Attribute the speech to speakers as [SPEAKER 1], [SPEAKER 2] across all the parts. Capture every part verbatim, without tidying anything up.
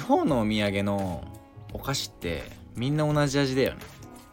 [SPEAKER 1] 方のお土産のお菓子ってみんな同じ味だよね。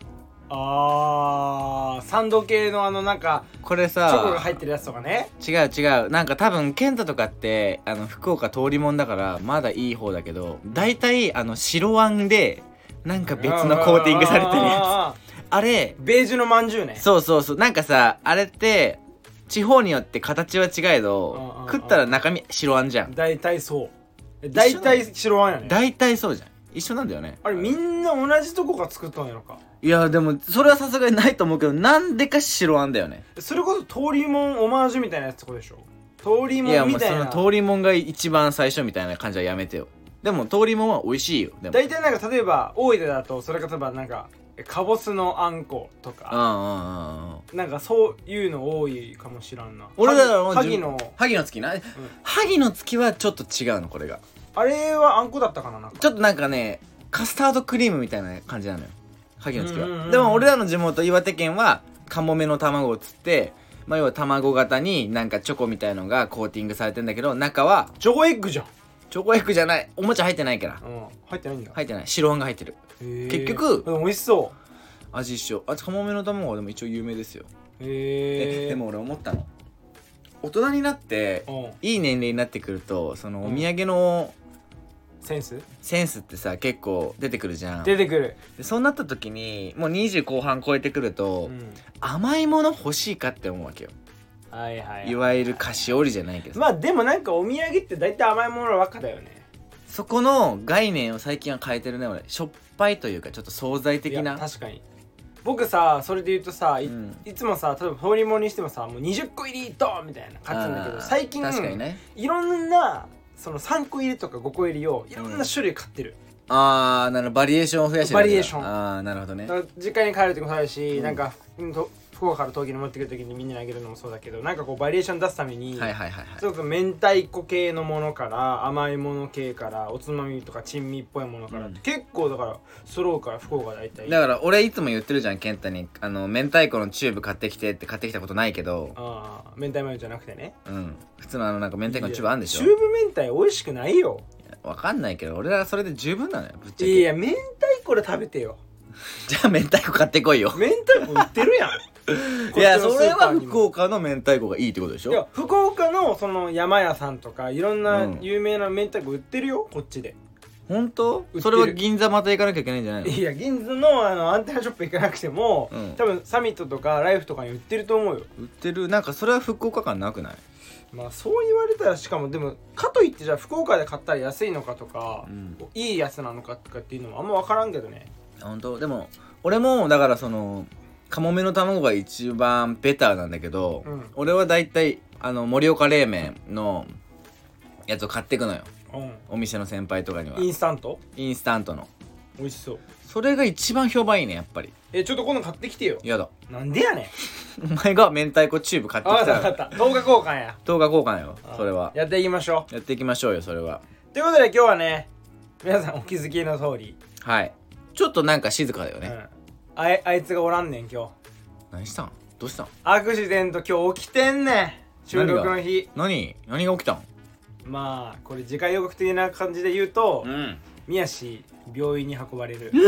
[SPEAKER 2] あー、サンド系のあのなんか
[SPEAKER 1] これさ
[SPEAKER 2] チョコが入ってるやつとかね。
[SPEAKER 1] 違う違う、なんか多分ケンタとかってあの福岡通りもんだからまだいい方だけど、大体あの白あんでなんか別のコーティングされてるやつ、あれ
[SPEAKER 2] ベージュのまんじゅうね。
[SPEAKER 1] そうそうそう、なんかさあれって地方によって形は違えど食ったら中身白あんじゃん。
[SPEAKER 2] 大体そう大体白あんやね。
[SPEAKER 1] 大体そうじゃん、一緒なんだよね。
[SPEAKER 2] あれみんな同じとこが作ったんやろか。
[SPEAKER 1] いやでもそれはさすがにないと思うけど、なんでか白あんだよね。
[SPEAKER 2] それこそ通りもんオマージュみたいなやつってことでしょ。通りも
[SPEAKER 1] いやもう
[SPEAKER 2] んみたいな。
[SPEAKER 1] その通りもんが一番最初みたいな感じはやめてよ。でも通りもんは美味しいよ。でも
[SPEAKER 2] 大体なんか例えば大分だとそれが例えばなんかかぼすのあんことか、
[SPEAKER 1] うんうんうんうん、
[SPEAKER 2] なんかそういうの多いかもしらんな。
[SPEAKER 1] 俺だろ
[SPEAKER 2] 萩の
[SPEAKER 1] 萩の月な、うん、萩の月はちょっと違うの。これが
[SPEAKER 2] あれはあんこだったかな。なんか
[SPEAKER 1] ちょっとなんかねカスタードクリームみたいな感じなのよ、萩の月は。
[SPEAKER 2] うんうんうん、
[SPEAKER 1] でも俺らの地元岩手県はカモメの卵をつって、まあ、要は卵型になんかチョコみたいのがコーティングされてんだけど、中は
[SPEAKER 2] チョコエッグじゃん。
[SPEAKER 1] チョコエッグじゃない、おもちゃ入ってないから。
[SPEAKER 2] うん、入ってないんだ。
[SPEAKER 1] 入ってない、白あんが入ってる。結局
[SPEAKER 2] でも美味しそ
[SPEAKER 1] 味一緒。あとカモメの卵はでも一応有名ですよ。
[SPEAKER 2] う。へえ。
[SPEAKER 1] でも俺思ったの、大人になっていい年齢になってくるとそのお土産の
[SPEAKER 2] センス
[SPEAKER 1] センスってさ結構出てくるじゃん。
[SPEAKER 2] 出てくる。
[SPEAKER 1] でそうなった時にもうにじゅう後半超えてくると、
[SPEAKER 2] うん、
[SPEAKER 1] 甘いもの欲しいかって思うわけよ。
[SPEAKER 2] はいはい、はい、
[SPEAKER 1] いわゆる菓子折りじゃないけど、
[SPEAKER 2] まあでもなんかお土産って大体甘いものばっかだよね。
[SPEAKER 1] そこの概念を最近は変えてるね俺。しょっぱいというかちょっと惣菜的な。
[SPEAKER 2] 確かに僕さそれで言うとさ い,、うん、いつもさ例えば通りもんにしてもさもうにじゅっこ入りドーンみたいな感じなんだけど、最近
[SPEAKER 1] 確かにね
[SPEAKER 2] いろんなそのさんこ入りとかごこ入りをいろんな種類買ってる、
[SPEAKER 1] うん、あーなるほど、バリエーションを増やしてる。
[SPEAKER 2] バリエーション。
[SPEAKER 1] あーなるほどね。
[SPEAKER 2] 実家に帰る時もそうだし、うん、なんか福岡から東京に持ってくる時にみんなにあげるのもそうだけど、なんかこうバリエーション出すために、
[SPEAKER 1] はいはいはいはい、
[SPEAKER 2] ちょっと明太子系のものから甘いもの系からおつまみとか珍味っぽいものから、うん、結構だから揃うから福岡大体。
[SPEAKER 1] だから俺いつも言ってるじゃん健太に、あの明太子のチューブ買ってきてって。買ってきたことないけど、
[SPEAKER 2] ああ明太マヨじゃなくてね、
[SPEAKER 1] うん普通のあのなんか明太子のチューブあるんでしょ。
[SPEAKER 2] チューブ明太美味しくないよ。
[SPEAKER 1] わかんないけど俺らそれで十分なのよぶっちゃけ。
[SPEAKER 2] いや明太子で食べてよ。
[SPEAKER 1] じゃあ明太子買ってこいよ。
[SPEAKER 2] 明太子売ってるやん
[SPEAKER 1] いやそれは福岡の明太子がいいってことでしょ。
[SPEAKER 2] いや福岡のその山屋さんとかいろんな有名な明太子売ってるよ、こっちで。
[SPEAKER 1] 本当？それは銀座また行かなきゃいけないんじゃないの？
[SPEAKER 2] いや銀座のあのアンテナショップ行かなくても、うん、多分サミットとかライフとかに売ってると思うよ。
[SPEAKER 1] 売ってる。なんかそれは福岡感なくない？
[SPEAKER 2] まあそう言われたら、しかもでもかといってじゃあ福岡で買ったら安いのかとか、うん、いいやつなのかとかっていうのもあんま分からんけどね。
[SPEAKER 1] 本当？でも俺もだからそのカモメの卵が一番ベターなんだけど、うん、俺はだいたいあの盛岡冷麺のやつを買ってくのよ、うん、お店の先輩とかには。
[SPEAKER 2] インスタント？イ
[SPEAKER 1] ンスタントの
[SPEAKER 2] 美味しそう。
[SPEAKER 1] それが一番評判いいねやっぱり。
[SPEAKER 2] えちょっと今度買ってきてよ。
[SPEAKER 1] やだ。
[SPEAKER 2] なんでやね
[SPEAKER 1] んお前が明太子チューブ買ってきたら。
[SPEAKER 2] 分かった分かった。とおか交換や。
[SPEAKER 1] とおか交換よそれは。
[SPEAKER 2] やっていきましょ
[SPEAKER 1] うやっていきましょうよそれは。
[SPEAKER 2] ということで今日はね皆さんお気づきの通り、
[SPEAKER 1] はいちょっとなんか静かだよね、うん、
[SPEAKER 2] あ, いあいつがおらんねん今日。
[SPEAKER 1] 何したん？どうしたん？
[SPEAKER 2] アクシデント今日起きてんねん。収録の日。
[SPEAKER 1] 何何が起きたん？
[SPEAKER 2] まあこれ次回予告的な感じで言うと、うん、宮氏病院に運ばれる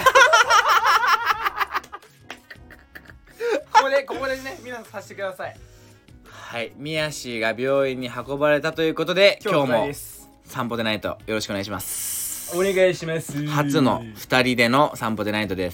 [SPEAKER 2] ここでここでね皆さんさせてください。
[SPEAKER 1] はい、宮氏が病院に運ばれたということで今日も散歩でナイトよろしくお願いします。
[SPEAKER 2] お願いします。
[SPEAKER 1] 初のふたりでの散歩でナイトです。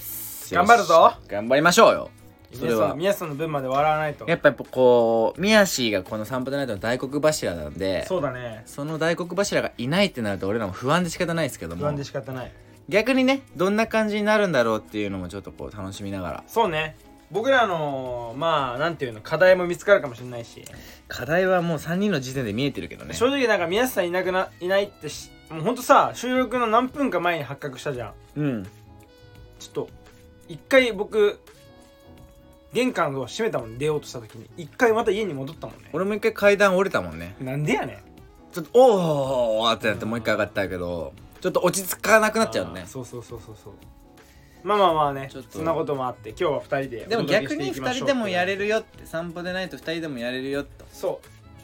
[SPEAKER 2] 頑張るぞ。
[SPEAKER 1] 頑張りましょうよ。それは
[SPEAKER 2] 宮さんの分まで笑わないと。
[SPEAKER 1] やっぱりこう宮氏がこの散歩でナイトの大黒柱なんで。
[SPEAKER 2] そうだね。
[SPEAKER 1] その大黒柱がいないってなると俺らも不安で仕方ないですけども。
[SPEAKER 2] 不安で仕方ない。
[SPEAKER 1] 逆にねどんな感じになるんだろうっていうのもちょっとこう楽しみながら。
[SPEAKER 2] そうね。僕らのまあなんていうの課題も見つかるかもしれないし。
[SPEAKER 1] 課題はもうさんにんの時点で見えてるけどね。
[SPEAKER 2] 正直なんか宮さんいなくないないってしもうほんとさ収録の何分か前に発覚したじゃん。うん。ちょっと一回僕玄関を閉めたもん。出ようとした時に一回また家に戻ったもんね。
[SPEAKER 1] 俺も一回階段降りたもんね。
[SPEAKER 2] なんでやねん。
[SPEAKER 1] ちょっとおーってなってもう一回上がったけどちょっと落ち着かなくなっちゃうね。
[SPEAKER 2] そうそうそうそうそう。まあまあまあね、そんなこともあって今日はふたりで
[SPEAKER 1] でも逆にふたりでもやれるよって散歩でないとふたりでもやれるよと。
[SPEAKER 2] そ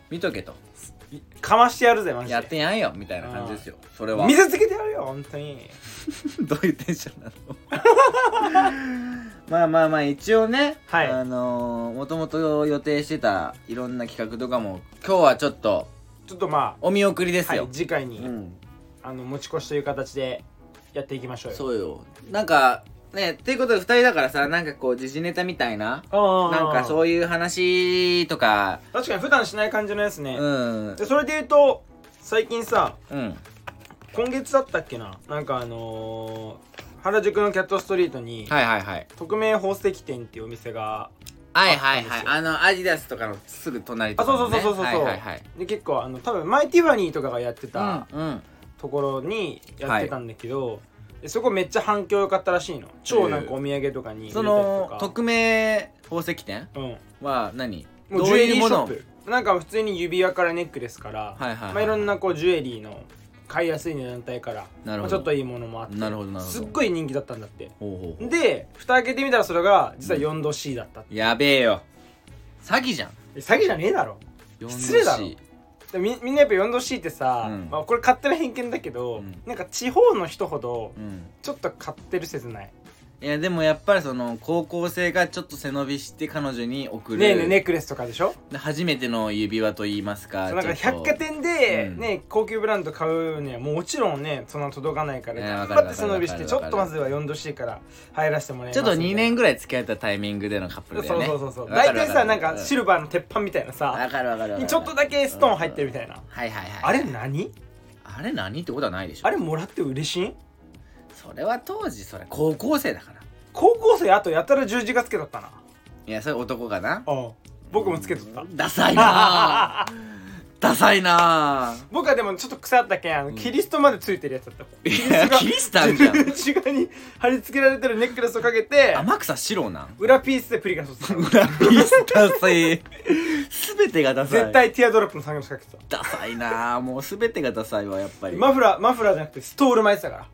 [SPEAKER 1] 見とけと
[SPEAKER 2] かましてやるぜマジで
[SPEAKER 1] やってやんよみたいな感じですよ。それは
[SPEAKER 2] 見せつけてやるよ本当に
[SPEAKER 1] どういうテンションなのまあまあまあ一応ね、はい、あのー、もともと予定してたいろんな企画とかも今日はちょっと
[SPEAKER 2] ちょっとまあ
[SPEAKER 1] お見送りですよ、
[SPEAKER 2] はい、次回に、うん、あの持ち越しという形でやっていきましょうよ。
[SPEAKER 1] そうよ。なんかねっていうことでふたりだからさ、なんかこう時事ネタみたいななんかそういう話とか
[SPEAKER 2] 確かに普段しない感じのやつね。うんでそれで言うと最近さ、うん、今月だったっけな、なんかあのー、原宿のキャットストリートに、はいはいはい、匿名宝石店っていうお店が
[SPEAKER 1] はいはいはい、あのアディダスとかのすぐ隣とかの、ね、
[SPEAKER 2] あそうそうそうそうそう、はいはいはい、で結構あの多分前ティファニーとかがやってた、うんうん、ところにやってたんだけど、はい、そこめっちゃ反響良かったらしいの。超なんかお土産とかに入れたりとか。その
[SPEAKER 1] 匿名宝石店、うん、は何
[SPEAKER 2] もうジュエリーショップなんか普通に指輪からネックレスから、はいはいはいはい、まあ、いろんなこうジュエリーの買いやすい値段帯から、まあ、ちょっといいものもあって、なるほどなるほど、すっごい人気だったんだって。ほうほうほう。で蓋開けてみたらそれが実は よんドシー だったって、
[SPEAKER 1] うん、やべえよ詐欺じゃん。
[SPEAKER 2] 詐欺じゃねえだろ、失礼だろ。み, みんなやっぱ よんドシー ってさ、うん、まあ、これ勝手な偏見だけど、うん、なんか地方の人ほどちょっと買ってる説ない？
[SPEAKER 1] いやでもやっぱりその高校生がちょっと背伸びして彼女に送る
[SPEAKER 2] ねえねえネックレスとかでしょ。
[SPEAKER 1] で初めての指輪と言いますか、
[SPEAKER 2] なんか百貨店でね、うん、高級ブランド買うにはもちろんねそんな届かないから頑張って背伸びしてちょっとまずは よんドシー から入らせてもらいます。
[SPEAKER 1] ちょっとにねんぐらい付き合ったタイミングでのカップルだよね。
[SPEAKER 2] そうそうそうそう。大体さなんかシルバーの鉄板みたいなさ、
[SPEAKER 1] わかるわかるわかる、
[SPEAKER 2] ちょっとだけストーン入ってるみたいな、うん、
[SPEAKER 1] はいはいはい。
[SPEAKER 2] あれ何
[SPEAKER 1] あれ何ってことはないでしょ。
[SPEAKER 2] あれもらって嬉しい？
[SPEAKER 1] それは当時それ高校生だから。
[SPEAKER 2] 高校生あとやたら十字がつけとったな。
[SPEAKER 1] いやそれ男がな。
[SPEAKER 2] ああ僕もつけとった。
[SPEAKER 1] ダサいなダサいな。
[SPEAKER 2] 僕はでもちょっと癖あったけん、うん、キリストまでついてるやつだった。
[SPEAKER 1] キリストがキリストあんじゃん。
[SPEAKER 2] 内側に貼り付けられてるネックレスをかけて、
[SPEAKER 1] 天草四郎なん
[SPEAKER 2] 裏ピースでプリガスをする。
[SPEAKER 1] 裏ピースダサい。全てがダサい。
[SPEAKER 2] 絶対ティアドロップのサングラスかけてた。
[SPEAKER 1] ダサいな。もう全てがダサいわやっぱり。
[SPEAKER 2] マフラーマフラーじゃなくてストール巻いてたから。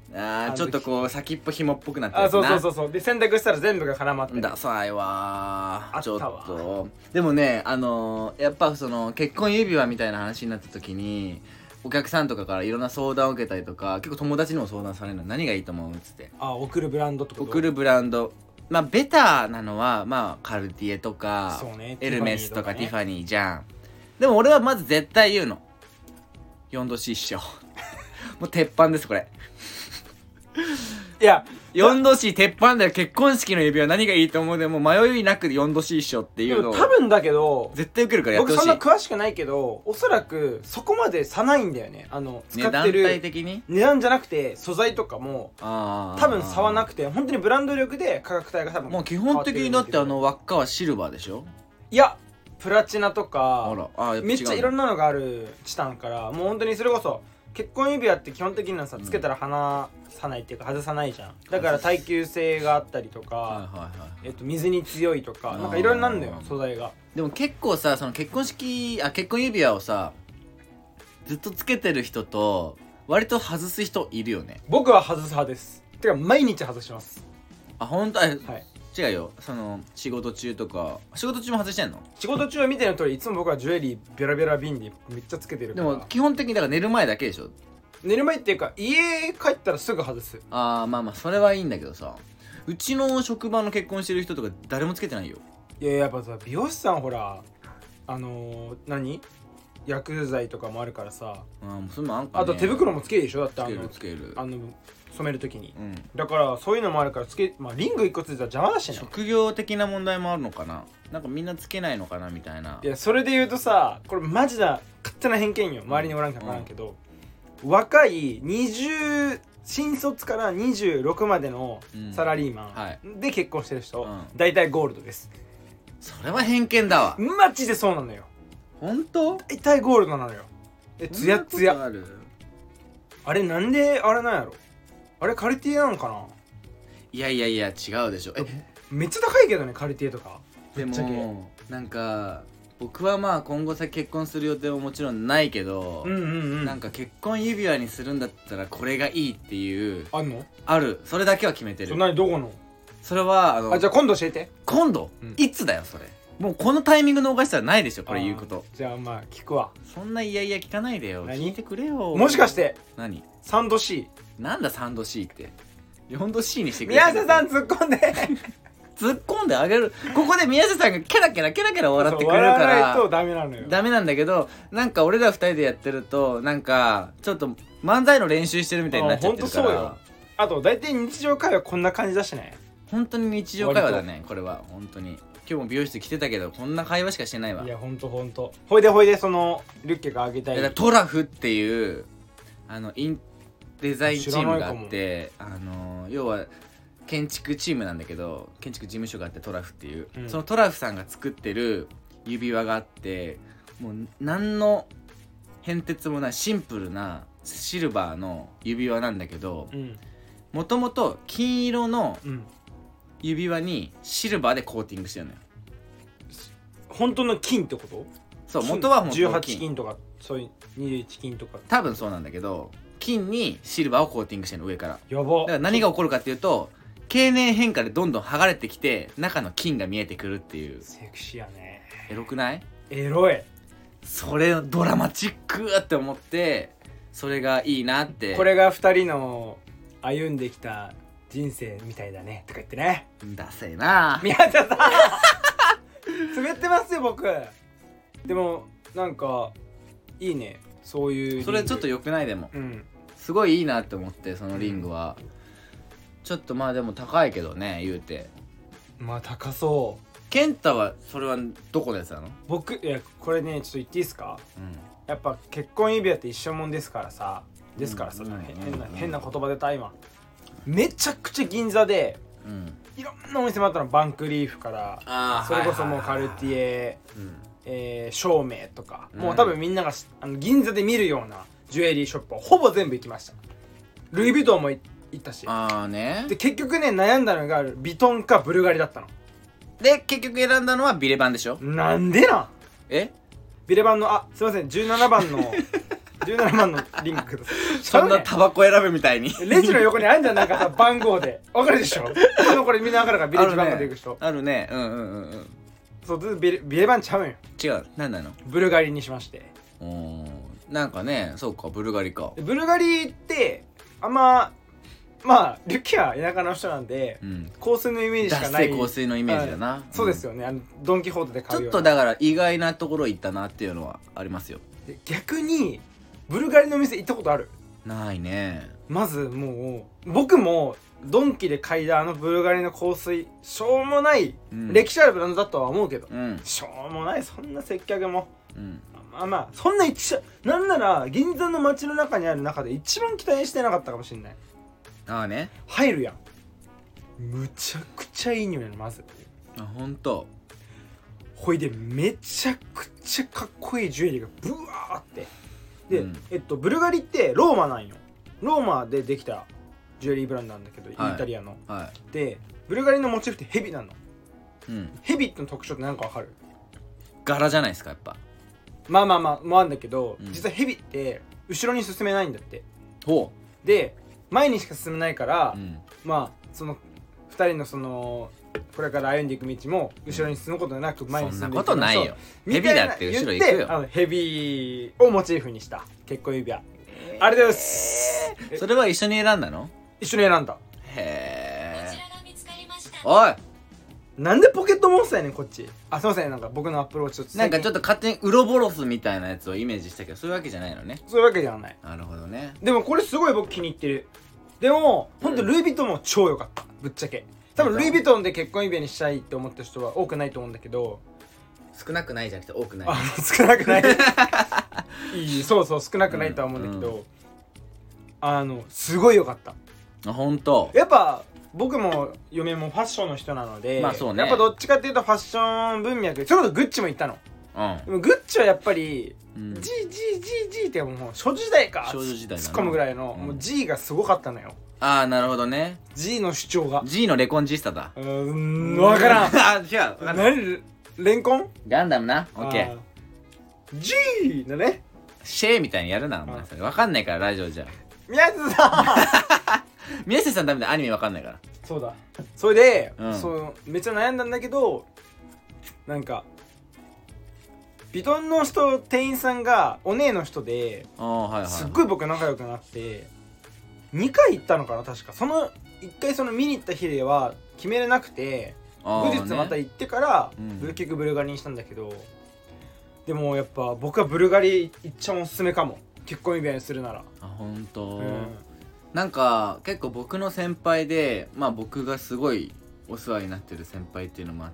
[SPEAKER 1] あーちょっとこう先っぽ紐っぽくなってるな。
[SPEAKER 2] あそうそうそうそう。で洗濯したら全部が絡まってる。
[SPEAKER 1] ダサいわー。
[SPEAKER 2] あったわ。
[SPEAKER 1] ちょっとでもね、あのー、やっぱその結婚指輪みたいな話になった時にお客さんとかからいろんな相談を受けたりとか、結構友達にも相談されるの。何がいいと思うっつって。
[SPEAKER 2] あ送るブランドってこと？
[SPEAKER 1] 送るブランド、まあベタなのはまあカルティエとか、ね、エルメスとかティファニーじゃん。でも俺はまず絶対言うの よんドシー っしょ。もう鉄板ですこれ。
[SPEAKER 2] いや
[SPEAKER 1] よんドシー 鉄板だよ。結婚式の指輪何がいいと思うでも迷いなく よんドシー っしょっていうのを
[SPEAKER 2] 多分だけど
[SPEAKER 1] 絶対受けるからやってほしい。
[SPEAKER 2] 僕そんな詳しくないけどおそらくそこまで差ないんだよね。あの使ってる
[SPEAKER 1] 値段帯的に
[SPEAKER 2] 値段じゃなくて素材とかも多分差はなくて、本当にブランド力で価格帯が多分
[SPEAKER 1] もう基本的にだってあの輪っかはシルバーでしょ。
[SPEAKER 2] いやプラチナとか
[SPEAKER 1] あらあ
[SPEAKER 2] めっちゃいろんなのがあるチタンから、もう本当にそれこそ結婚指輪って基本的にはさつけたら離さないっていうか外さないじゃん。だから耐久性があったりとか、はいはいはい、えっと水に強いとかなんかいろいろなんだよ素材が。
[SPEAKER 1] でも結構さその結婚式あ結婚指輪をさずっとつけてる人と割と外す人いるよね。
[SPEAKER 2] 僕は外す派です。てか毎日外します。
[SPEAKER 1] あ本当？はい。違うよ、その仕事中とか。仕事中も外してんの？
[SPEAKER 2] 仕事中は見ての通りいつも僕はジュエリーベラベラ瓶にめっちゃつけてるから。
[SPEAKER 1] でも基本的にだから寝る前だけでしょ。
[SPEAKER 2] 寝る前っていうか家帰ったらすぐ外す。
[SPEAKER 1] ああまあまあそれはいいんだけどさ、うちの職場の結婚してる人とか誰もつけてないよ。
[SPEAKER 2] いややっぱさ美容師さんほらあのー、何薬剤とかもあるからさ、
[SPEAKER 1] あもうそれもあんかね。
[SPEAKER 2] あと手袋もつけるでしょ。だってあの
[SPEAKER 1] つけるつける
[SPEAKER 2] あの染めるときに、うん、だからそういうのもあるからつけ、まあ、リング一個ついたら邪魔だしね。
[SPEAKER 1] 職業的な問題もあるのかな。なんかみんなつけないのかなみたいな。
[SPEAKER 2] いやそれで言うとさこれマジな勝手な偏見よ。周りにおらんか分からんけど、うん、若いにじゅう新卒からにじゅうろくまでのサラリーマンで結婚してる人、うん、大体ゴールドです。
[SPEAKER 1] それは偏見だわ。
[SPEAKER 2] マジでそうなのよ。
[SPEAKER 1] 本当？
[SPEAKER 2] 大体ゴールドなのよ。えツヤツヤ。あ, あれなんであれなんやろ。あれカルティエなのかな。
[SPEAKER 1] いやいやいや違うでしょ。え
[SPEAKER 2] めっちゃ高いけどねカルティエとか。
[SPEAKER 1] でもなんか僕はまあ今後先結婚する予定ももちろんないけど、うんうんうん、なんか結婚指輪にするんだったらこれがいいっていう
[SPEAKER 2] あんの？
[SPEAKER 1] ある。それだけは決めてる。
[SPEAKER 2] それ何どこの？
[SPEAKER 1] それはあの
[SPEAKER 2] あじゃあ今度教えて。
[SPEAKER 1] 今度、うん、いつだよそれ。 もうこのタイミングの逃したらないでしょこれ言うこと。
[SPEAKER 2] じゃあまあ聞くわ。
[SPEAKER 1] そんないやいや聞かないでよ。聞いてくれよ。
[SPEAKER 2] もしかして
[SPEAKER 1] 何
[SPEAKER 2] さんど C。
[SPEAKER 1] なんだ スリードシー って。よんどシー にしてくれ。
[SPEAKER 2] 宮下さん突っ込んで
[SPEAKER 1] 突っ込んであげる。ここで宮下さんがキャラキャラキャラキャラ笑ってくれるから
[SPEAKER 2] 笑わないとダメなのよ。
[SPEAKER 1] ダメなんだけど、なんか俺ら二人でやってるとなんかちょっと漫才の練習してるみたいになっちゃってるから。
[SPEAKER 2] あ、ほんとそうよ。あと大体日常会話こんな感じだしね。
[SPEAKER 1] 本当に日常会話だねこれは。本当に今日も美容室来てたけどこんな会話しかしてないわ。
[SPEAKER 2] いやほんとほんと。ほいでほいでそのリュッケがあげたい
[SPEAKER 1] トラフっていうあのインデザインチームがあって、あの要は建築チームなんだけど、建築事務所があってトラフっていう、うん、そのトラフさんが作ってる指輪があって、もう何の変哲もないシンプルなシルバーの指輪なんだけど、もともと金色の指輪にシルバーでコーティングしてるのよ。
[SPEAKER 2] 本当の金ってこと？
[SPEAKER 1] そう、元は本当の金。
[SPEAKER 2] じゅうはち金とかそういうにじゅういち金とか
[SPEAKER 1] 多分そうなんだけど、金にシルバーをコーティングしてるの上から。
[SPEAKER 2] やば。
[SPEAKER 1] だから何が起こるかっていうと、経年変化でどんどん剥がれてきて中の金が見えてくるっていう。
[SPEAKER 2] セクシーやね。
[SPEAKER 1] エロくない？
[SPEAKER 2] エロい。
[SPEAKER 1] それドラマチックって思って、それがいいなって。
[SPEAKER 2] これがふたりの歩んできた人生みたいだねとか言ってね。
[SPEAKER 1] ダセえな
[SPEAKER 2] 宮田さん滑ってますよ僕。でもなんかいいね、そういう。
[SPEAKER 1] それちょっと良くない？でも、うん、すごいいいなって思って、そのリングは、うん、ちょっとまあでも高いけどね、言うて。
[SPEAKER 2] まあ高そう。
[SPEAKER 1] 健太はそれはどこのやつなの？
[SPEAKER 2] 僕、いやこれねちょっと言っていいですか、うん、やっぱ結婚指輪って一生もんですからさですからさ、うん、変な変な言葉出た今。めちゃくちゃ銀座で、うん、いろんなお店もあったの。バンクリーフからそれこそもうカルティエ、えー、照明とか、うん、もう多分みんながあの銀座で見るようなジュエリーショップをほぼ全部行きました。ルイ・ヴィトンも行ったし。
[SPEAKER 1] あーね。
[SPEAKER 2] で結局ね悩んだのがヴィトンかブルガリだったの
[SPEAKER 1] で結局選んだのはビレバンでしょ。
[SPEAKER 2] なんでなん？
[SPEAKER 1] え
[SPEAKER 2] ビレバンの、あ、すいません、じゅうななばんのじゅうななばんのリンクください。
[SPEAKER 1] そんなタバコ選ぶみたいに
[SPEAKER 2] レジの横にあるんじゃん、なんかさ番号でわかるでしょ。あのこれみんなわかるから、ビレッジ番号でいく人
[SPEAKER 1] あるね。うんうんうんうん。
[SPEAKER 2] そうビレビレバンちゃうんよ。
[SPEAKER 1] 違う、なんなの？
[SPEAKER 2] ブルガリにしまして。
[SPEAKER 1] おー、なんかね、そうか、ブルガリか。
[SPEAKER 2] ブルガリってあんま、まあリュッキは田舎の人なんで、うん、香水のイメージしかない。
[SPEAKER 1] 香水のイメージだな、うん、
[SPEAKER 2] そうですよね。あのドン・キホーテで買うような。
[SPEAKER 1] ちょっとだから意外なところ行ったなっていうのはありますよ。
[SPEAKER 2] で逆にブルガリの店行ったことある？
[SPEAKER 1] ないね。
[SPEAKER 2] まずもう僕もドンキで嗅いだあのブルガリの香水、しょうもない、うん、歴史あるブランドだとは思うけど、うん、しょうもない。そんな接客も、うん、まあまあそんな一なんなら銀座の街の中にある中で一番期待してなかったかもしれない。
[SPEAKER 1] ああね。
[SPEAKER 2] 入るやん、むちゃくちゃいい匂いなの。まず
[SPEAKER 1] あ、ほんと。
[SPEAKER 2] ほいでめちゃくちゃかっこいいジュエリーがブワーってで、うん、えっとブルガリってローマなんよ。ローマでできたジュエリーブランドなんだけど、はい、イタリアの、はい、でブルガリのモチーフってヘビなの、うん、ヘビの特徴って何かわかる？
[SPEAKER 1] 柄じゃないですか、やっぱ。
[SPEAKER 2] まあまあまあもあるんだけど、うん、実はヘビって後ろに進めないんだって。
[SPEAKER 1] ほう。
[SPEAKER 2] で前にしか進めないから、うん、まあそのふたりのそのこれから歩んでいく道も後ろに進むことなく前に進んでいく。
[SPEAKER 1] そんなことないよ。ヘビだって後ろ行くよ。
[SPEAKER 2] あのヘビをモチーフにした結婚指輪、えー、あれです。
[SPEAKER 1] それは一緒に選んだの？
[SPEAKER 2] 一緒に選んだ。
[SPEAKER 1] へえ。おい、
[SPEAKER 2] なんでポケットモンスターやねんこっち。あ、すいません、なんか僕のアプローチちょっと
[SPEAKER 1] なんかちょっと勝手にウロボロスみたいなやつをイメージしたけど、そういうわけじゃないのね。
[SPEAKER 2] そういうわけじゃない。
[SPEAKER 1] なるほどね。
[SPEAKER 2] でもこれすごい僕気に入ってる。でもほんとルイ・ヴィトンも超良かった、ぶっちゃけ。多分ルイ・ヴィトンで結婚指輪にしたいって思った人は多くないと思うんだけど。
[SPEAKER 1] 少なくないじゃなくて多くない。
[SPEAKER 2] あ、少なくないいい、そうそう、少なくないとは思うんだけど、うんうん、あのすごい良かった。
[SPEAKER 1] あ、ほんと。
[SPEAKER 2] やっぱ僕も嫁もファッションの人なので、
[SPEAKER 1] まあそうね、
[SPEAKER 2] やっぱどっちかっていうとファッション文脈、それこそグッチも行ったの、うん、でもグッチはやっぱり、うん、G G G G ってもう少女時代か
[SPEAKER 1] 少女時代
[SPEAKER 2] 突っ込むぐらいの、うん、もう G がすごかったのよ。
[SPEAKER 1] ああ、なるほどね。
[SPEAKER 2] G の主張が
[SPEAKER 1] G のレコンジスタだ。
[SPEAKER 2] うーん、分からん
[SPEAKER 1] あ、違う、
[SPEAKER 2] 何レンコン
[SPEAKER 1] ガンダムな。オッケー。
[SPEAKER 2] G だね。
[SPEAKER 1] シェーみたいにやるなお前。それ分かんないからラジオじゃ。
[SPEAKER 2] 宮下さ
[SPEAKER 1] ん宮下さんダメだ、アニメ分かんないから。
[SPEAKER 2] そうだ。それで、うん、そうめっちゃ悩んだんだけど、 なんかビトンの人店員さんがお姉の人で、
[SPEAKER 1] あ、はいはい、
[SPEAKER 2] すっごい僕仲良くなってにかい行ったのかな確か。そのいっかいその見に行った日では決めれなくて、後日また行ってから、ね、うん、結局ブルガリにしたんだけど、でもやっぱ僕はブルガリ一番おすすめかも、結婚指輪にするなら。
[SPEAKER 1] あ、本当、うん、なんか結構僕の先輩で、まあ僕がすごいお世話になってる先輩っていうのもあって、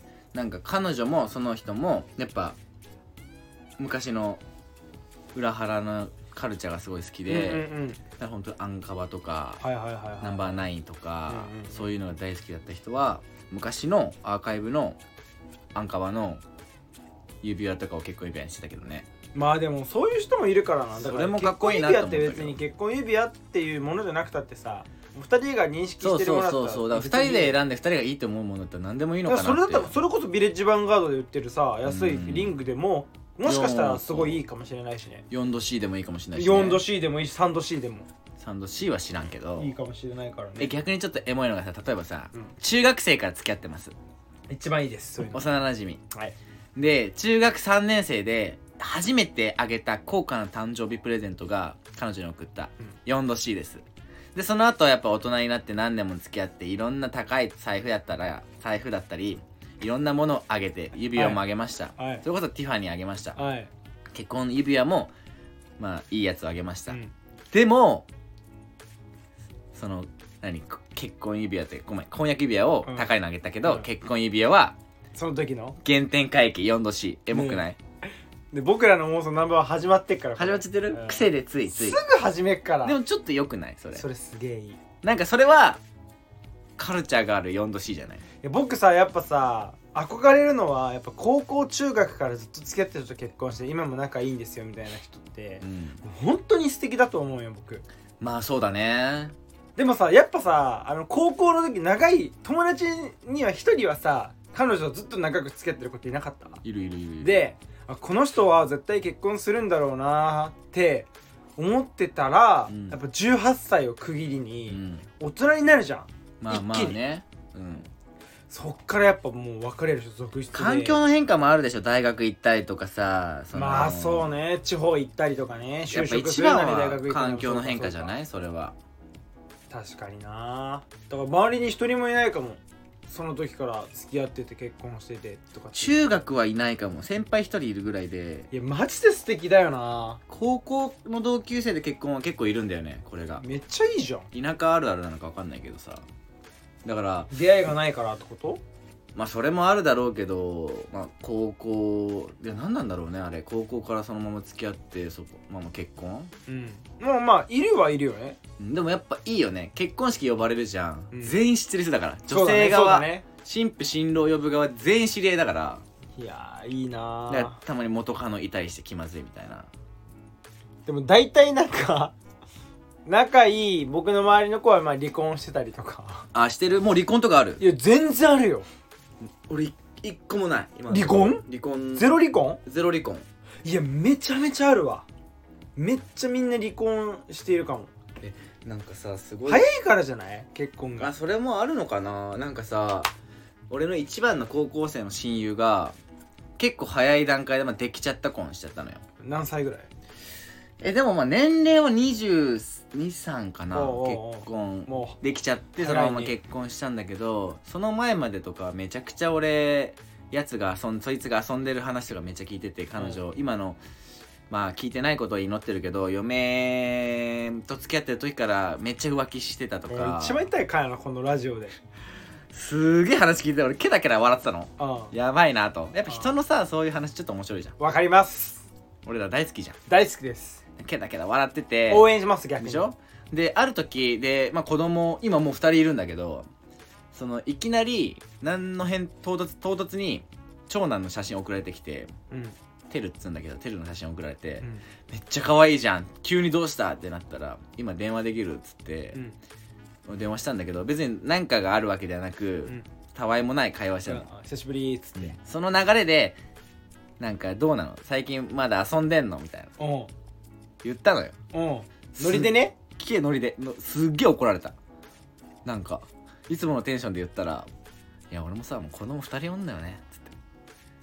[SPEAKER 1] なんか彼女もその人もやっぱ昔の裏腹のカルチャーがすごい好きで、うんうんうん、だから本当にアンカバとか、はいはいはいはい、ナンバーナインとか、うんうんうん、そういうのが大好きだった人は昔のアーカイブのアンカバの指輪とかを結婚指輪にしてたけどね。
[SPEAKER 2] まあでもそういう人もいるからな。だからそれもかっこいいなと思ったけど、結婚指輪って別に結婚指輪っていうものじゃなくたってさ、ふたりが認識してるものだったら、そうそうそうそう、だからふたりで選んでふたりがいいと思うものだったら何でもいいのかなって。それだったらそれこそビレッジヴァンガードで売ってるさ安いリングでも、うん、もしかしたらすごいいいかもしれないしね。
[SPEAKER 1] よんドシー でもいいかもしれないし、ね、
[SPEAKER 2] よんドシー でもいいし さんドシー でも。
[SPEAKER 1] さんドシー は知らんけど
[SPEAKER 2] いいかもしれないからね。
[SPEAKER 1] え、逆にちょっとエモいのがさ、例えばさ、うん、中学生から付き合ってます、
[SPEAKER 2] 一番いいですそういうの。
[SPEAKER 1] 幼なじみ、
[SPEAKER 2] はい、
[SPEAKER 1] で中学さんねん生で初めてあげた高価な誕生日プレゼントが彼女に送った、うん、よんドシー です。でその後やっぱ大人になって何年も付き合って、いろんな高い財布やったら財布だったりいろんなものをあげて、指輪もあげました、はい、それこそティファニーあげました、はい、結婚指輪もまあいいやつをあげました、うん、でもその何結婚指輪ってごめん婚約指輪を高いのあげたけど、うん、結婚指輪は
[SPEAKER 2] その時の
[SPEAKER 1] 原点回帰 よんドシー エモくない、ね、
[SPEAKER 2] で僕らの妄想ナンバーは始まってっから
[SPEAKER 1] 始まっちゃってる、うん、癖でついつい
[SPEAKER 2] すぐ始めっから。
[SPEAKER 1] でもちょっと良くないそれ。
[SPEAKER 2] それすげえいい。
[SPEAKER 1] なんかそれはカルチャーがある よんドシー じゃない。い
[SPEAKER 2] や僕さやっぱさ憧れるのはやっぱ高校中学からずっと付き合ってる人と結婚して今も仲いいんですよみたいな人って、うん、本当に素敵だと思うよ僕。
[SPEAKER 1] まあそうだね。
[SPEAKER 2] でもさやっぱさあの高校の時長い友達には一人はさ彼女とずっと長く付き合ってる子っていなかった？
[SPEAKER 1] いるいるいる。
[SPEAKER 2] でこの人は絶対結婚するんだろうなって思ってたら、うん、やっぱじゅうはっさいを区切りに大人になるじゃん、うん、
[SPEAKER 1] まあまあね、うん、
[SPEAKER 2] そっからやっぱもう別れる人続出で。
[SPEAKER 1] 環境の変化もあるでしょ。大学行ったりとかさ、その
[SPEAKER 2] まあそうね、地方行ったりとかね、就職するなり大学行ったりとか。
[SPEAKER 1] 環境の変化じゃないそれは。
[SPEAKER 2] 確かにな。だから周りに一人もいないかも、その時から付き合ってて結婚しててとか。
[SPEAKER 1] 中学はいないかも。先輩一人いるぐらいで。
[SPEAKER 2] いやマジで素敵だよな。
[SPEAKER 1] 高校の同級生で結婚は結構いるんだよね。これが
[SPEAKER 2] めっちゃいいじゃん。
[SPEAKER 1] 田舎あるあるなのか分かんないけどさ、だから
[SPEAKER 2] 出会いがないからってこと？
[SPEAKER 1] まあそれもあるだろうけど、まあ高校で何なんだろうねあれ。高校からそのまま付き合ってそこまあまあ結婚。
[SPEAKER 2] うん。まあまあいるはいるよね。
[SPEAKER 1] でもやっぱいいよね。結婚式呼ばれるじゃん。うん、全員知ってる人だから。女性側、ねね、新婦新郎呼ぶ側全員知り合いだから。
[SPEAKER 2] いやーいいなー。
[SPEAKER 1] だからたまに元カノいたりして気まずいみたいな。
[SPEAKER 2] でも大体なんか仲いい僕の周りの子はまあ離婚してたりとか。
[SPEAKER 1] あ、してる。もう離婚とかある？
[SPEAKER 2] いや全然あるよ。
[SPEAKER 1] 俺一個もない。
[SPEAKER 2] 今離婚？
[SPEAKER 1] 離婚
[SPEAKER 2] ゼロ離婚？
[SPEAKER 1] ゼロ離婚。
[SPEAKER 2] いやめちゃめちゃあるわ。めっちゃみんな離婚しているかも。
[SPEAKER 1] え、なんかさすごい
[SPEAKER 2] 早いからじゃない？結婚が。
[SPEAKER 1] あ、それもあるのかな。なんかさ俺の一番の高校生の親友が結構早い段階でまあできちゃった婚しちゃったのよ。
[SPEAKER 2] 何歳ぐらい？
[SPEAKER 1] えでもまあ年齢はにじゅうに、さんかな。結婚できちゃってそのまま結婚したんだけど、その前までとかめちゃくちゃ俺やつがそんそいつが遊んでる話とかめっちゃ聞いてて、彼女今のまあ聞いてないことを祈ってるけど嫁と付き合ってる時からめっちゃ浮気してたとか。
[SPEAKER 2] 一番痛い回やなこのラジオで。
[SPEAKER 1] すげえ話聞いて俺ケラケラ笑ってたの。やばいなと。やっぱ人のさそういう話ちょっと面白いじゃん。
[SPEAKER 2] わかります。
[SPEAKER 1] 俺ら大好きじゃん。
[SPEAKER 2] 大好きです。
[SPEAKER 1] ケラケラ笑ってて
[SPEAKER 2] 応援します逆に。
[SPEAKER 1] でしょ。である時で、まあ、子供今もうふたりいるんだけど、そのいきなり何の変唐突唐突に長男の写真送られてきて、うん、テルっつうんだけどテルの写真送られて、うん、めっちゃ可愛いじゃん急にどうしたってなったら今電話できるっつって、うん、電話したんだけど別に何かがあるわけではなく、うん、たわいもない会話したの、うん、
[SPEAKER 2] 久しぶりっつって、
[SPEAKER 1] その流れでなんかどうなの最近まだ遊んでんのみたいな言ったのよ。
[SPEAKER 2] ノリでね。
[SPEAKER 1] 聞けノリで。すっげえ怒られた。なんかいつものテンションで言ったら、いや俺もさもう子供ふたりおんだよねっつって。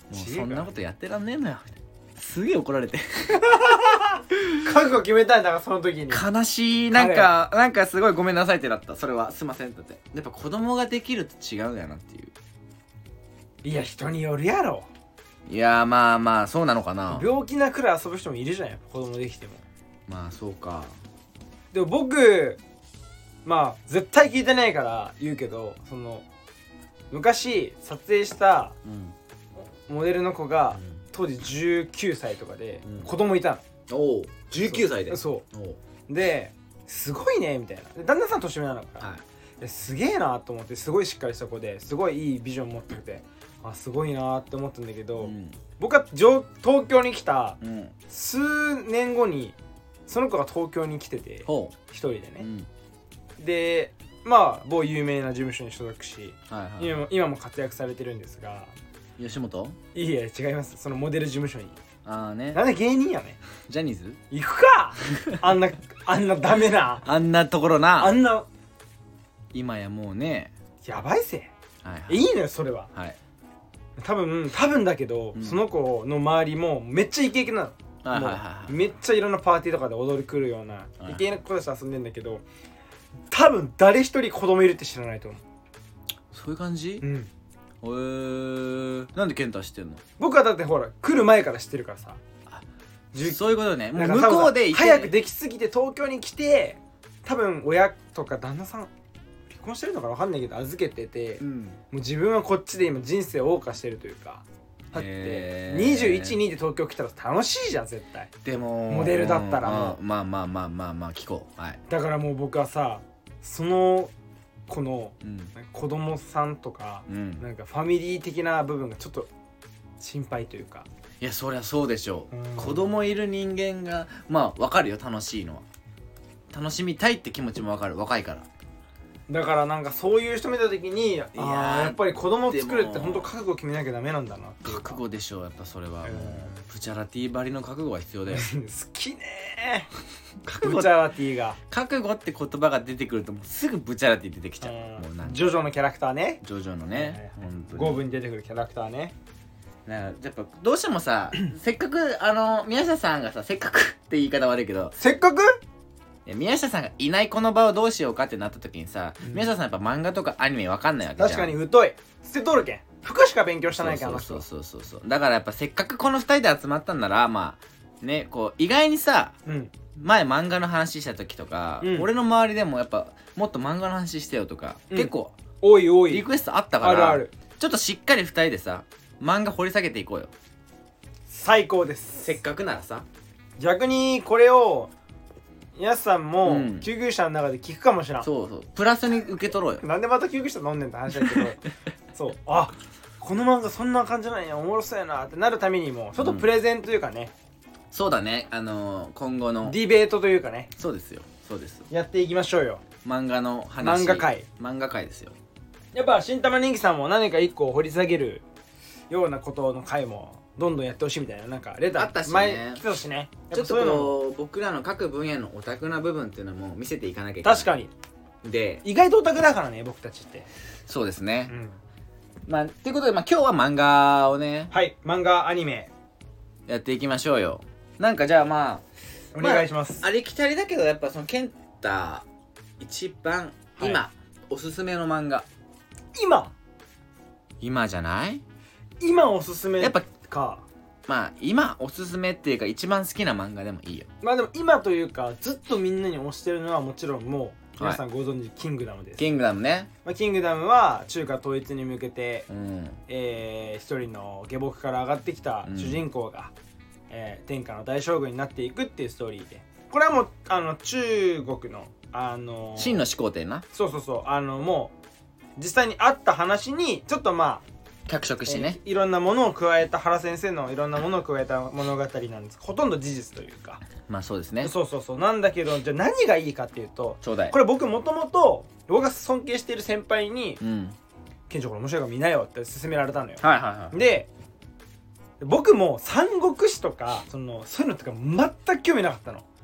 [SPEAKER 1] もうそんなことやってらんねえのよすげえ怒られて
[SPEAKER 2] 覚悟決めたんだからその時に
[SPEAKER 1] 悲しいなんかなんかすごいごめんなさいってなった。それはすいませんってってやっぱ子供ができると違うんだよなっていう。
[SPEAKER 2] いや人によるやろ。
[SPEAKER 1] いやまあまあそうなのかな。
[SPEAKER 2] 病気なくらい遊ぶ人もいるじゃんやっぱ子供できても。
[SPEAKER 1] まあそうか。
[SPEAKER 2] でも僕まあ絶対聞いてないから言うけどその昔撮影したモデルの子が、うん当時じゅうきゅうさいとかで子供いた
[SPEAKER 1] の、うん、おおじゅうきゅうさいで
[SPEAKER 2] そうですごいねみたいなで旦那さん年上なのから、はい、ですげえなと思ってすごいしっかりした子ですごいいいビジョン持っててあすごいなって思ったんだけど、うん、僕は東京に来た数年後にその子が東京に来てて一人でね、うん、でまあ某有名な事務所に所属し、はいはい、今も、今も活躍されてるんですが
[SPEAKER 1] 吉本？
[SPEAKER 2] いいえ違います。そのモデル事務所に。
[SPEAKER 1] ああね。
[SPEAKER 2] なんで芸人やね。
[SPEAKER 1] ジャニーズ？
[SPEAKER 2] 行くか。あんなあんなダメな。
[SPEAKER 1] あんなところな。
[SPEAKER 2] あんな。
[SPEAKER 1] 今やもうね。
[SPEAKER 2] やばいぜ。はいはい、いいのよそれは。はい。多分多分だけど、うん、その子の周りもめっちゃイケイケなの。はいはいはい、めっちゃいろんなパーティーとかで踊り来るような、はい、イケイケな子たちと遊んでんだけど、多分誰一人子供いるって知らないと思う。
[SPEAKER 1] そういう感じ？
[SPEAKER 2] うん。
[SPEAKER 1] へえー、なんで健太知ってんの？
[SPEAKER 2] 僕はだってほら来る前から知ってるからさ。
[SPEAKER 1] そういうことね。もう向こうで
[SPEAKER 2] 早くできすぎて東京に来て多分親とか旦那さん離婚してるのか分かんないけど預けてて、うん、もう自分はこっちで今人生を謳歌してるというかだってにじゅういち、にで東京来たら楽しいじゃん絶対。
[SPEAKER 1] でも
[SPEAKER 2] モデルだったらもう
[SPEAKER 1] まあまあまあまあまあ聞こう、はい、
[SPEAKER 2] だからもう僕はさそのこの、うん、子供さんとか、うん、なんかファミリー的な部分がちょっと心配というか。
[SPEAKER 1] いやそりゃそうでしょう、うん、子供いる人間がまあ分かるよ楽しいのは楽しみたいって気持ちも分かる若いから。
[SPEAKER 2] だからなんかそういう人見た時にいややっぱり子供を作るって本当覚悟決めなきゃダメなんだなっていう
[SPEAKER 1] 覚悟でしょうやっぱそれはもう、えー、プチャラティばりの覚悟が必要だよ
[SPEAKER 2] 好きねープチャラティが
[SPEAKER 1] 覚悟って言葉が出てくるともうすぐプチャラティ出てきちゃう、もうなん
[SPEAKER 2] ジョジョのキャラクターね
[SPEAKER 1] ジョジョのね、
[SPEAKER 2] えー、本当にゴーブに出てくるキャラクターね。
[SPEAKER 1] なんかやっぱどうしてもさせっかくあの宮下さんがさせっかくって言い方悪いけど
[SPEAKER 2] せっかく
[SPEAKER 1] 宮下さんがいないこの場をどうしようかってなった時にさ、うん、宮下さんやっぱ漫画とかアニメわかんないわけじゃん。
[SPEAKER 2] 確かに疎い捨てとるけん服しか勉強してないから
[SPEAKER 1] そうそうそうそうだからやっぱせっかくこのふたりで集まったんならまあねこう意外にさ、うん、前漫画の話した時とか、うん、俺の周りでもやっぱもっと漫画の話してよとか、うん、結構
[SPEAKER 2] 多い多い
[SPEAKER 1] リクエストあったから、あるあるちょっとしっかりふたりでさ漫画掘り下げていこうよ。
[SPEAKER 2] 最高です。
[SPEAKER 1] せっかくならさ
[SPEAKER 2] 逆にこれを皆さんも救急車の中で聞くかもしれん、うん、
[SPEAKER 1] そうそうプラスに受け取ろうよ
[SPEAKER 2] なんでまた救急車飲んでんって話だけどそうあこの漫画そんな感じなんやおもろそうやなってなるためにもちょっとプレゼンというかね、
[SPEAKER 1] うん、そうだねあのー、今後の
[SPEAKER 2] ディベートというかね
[SPEAKER 1] そうですよそうです
[SPEAKER 2] やっていきましょうよ。
[SPEAKER 1] 漫画の話
[SPEAKER 2] 漫画界
[SPEAKER 1] 漫画界ですよ。
[SPEAKER 2] やっぱ新玉人気さんも何か一個掘り下げるようなことの回もどんどんやってほしいみたいななんかレター
[SPEAKER 1] あったしね
[SPEAKER 2] 前来てほしいね。
[SPEAKER 1] ちょっとこう僕らの各分野のオタクな部分っていうのも見せていかなきゃいけない。
[SPEAKER 2] 確かに
[SPEAKER 1] で
[SPEAKER 2] 意外とオタクだからね僕たちって。
[SPEAKER 1] そうですね、うん、まあっていうことで、まあ、今日は漫画をね
[SPEAKER 2] はい漫画アニメ
[SPEAKER 1] やっていきましょうよ。なんかじゃあま
[SPEAKER 2] あお願いします、
[SPEAKER 1] まあ、ありきたりだけどやっぱそのケンタ一番今、はい、おすすめの漫画
[SPEAKER 2] 今
[SPEAKER 1] 今じゃない
[SPEAKER 2] 今おすすめ
[SPEAKER 1] やっぱ
[SPEAKER 2] か
[SPEAKER 1] まあ今おすすめっていうか一番好きな漫画でもいいよ。
[SPEAKER 2] まあでも今というかずっとみんなに推してるのはもちろんもう皆さんご存知、はい、キングダムです。
[SPEAKER 1] キングダムね、
[SPEAKER 2] まあ、キングダムは中華統一に向けて、うんえー、一人の下僕から上がってきた主人公が、うんえー、天下の大将軍になっていくっていうストーリーでこれはもうあの中国のあのー、
[SPEAKER 1] 真の始皇帝な
[SPEAKER 2] そうそうそうあのもう実際にあった話にちょっとまあ
[SPEAKER 1] 脚色してね、
[SPEAKER 2] えー、いろんなものを加えた原先生のいろんなものを加えた物語なんです。ほとんど事実というか
[SPEAKER 1] まあそうですね
[SPEAKER 2] そうそうそうなんだけどじゃあ何がいいかっていうと
[SPEAKER 1] ちょうだい
[SPEAKER 2] これ僕もともと僕が尊敬している先輩に「うん、ケンチョこれ面白いから見なよ」って勧められたのよ。
[SPEAKER 1] はいはいはい。
[SPEAKER 2] で僕も三国志とかそのそういうのとか全く興味なかったの。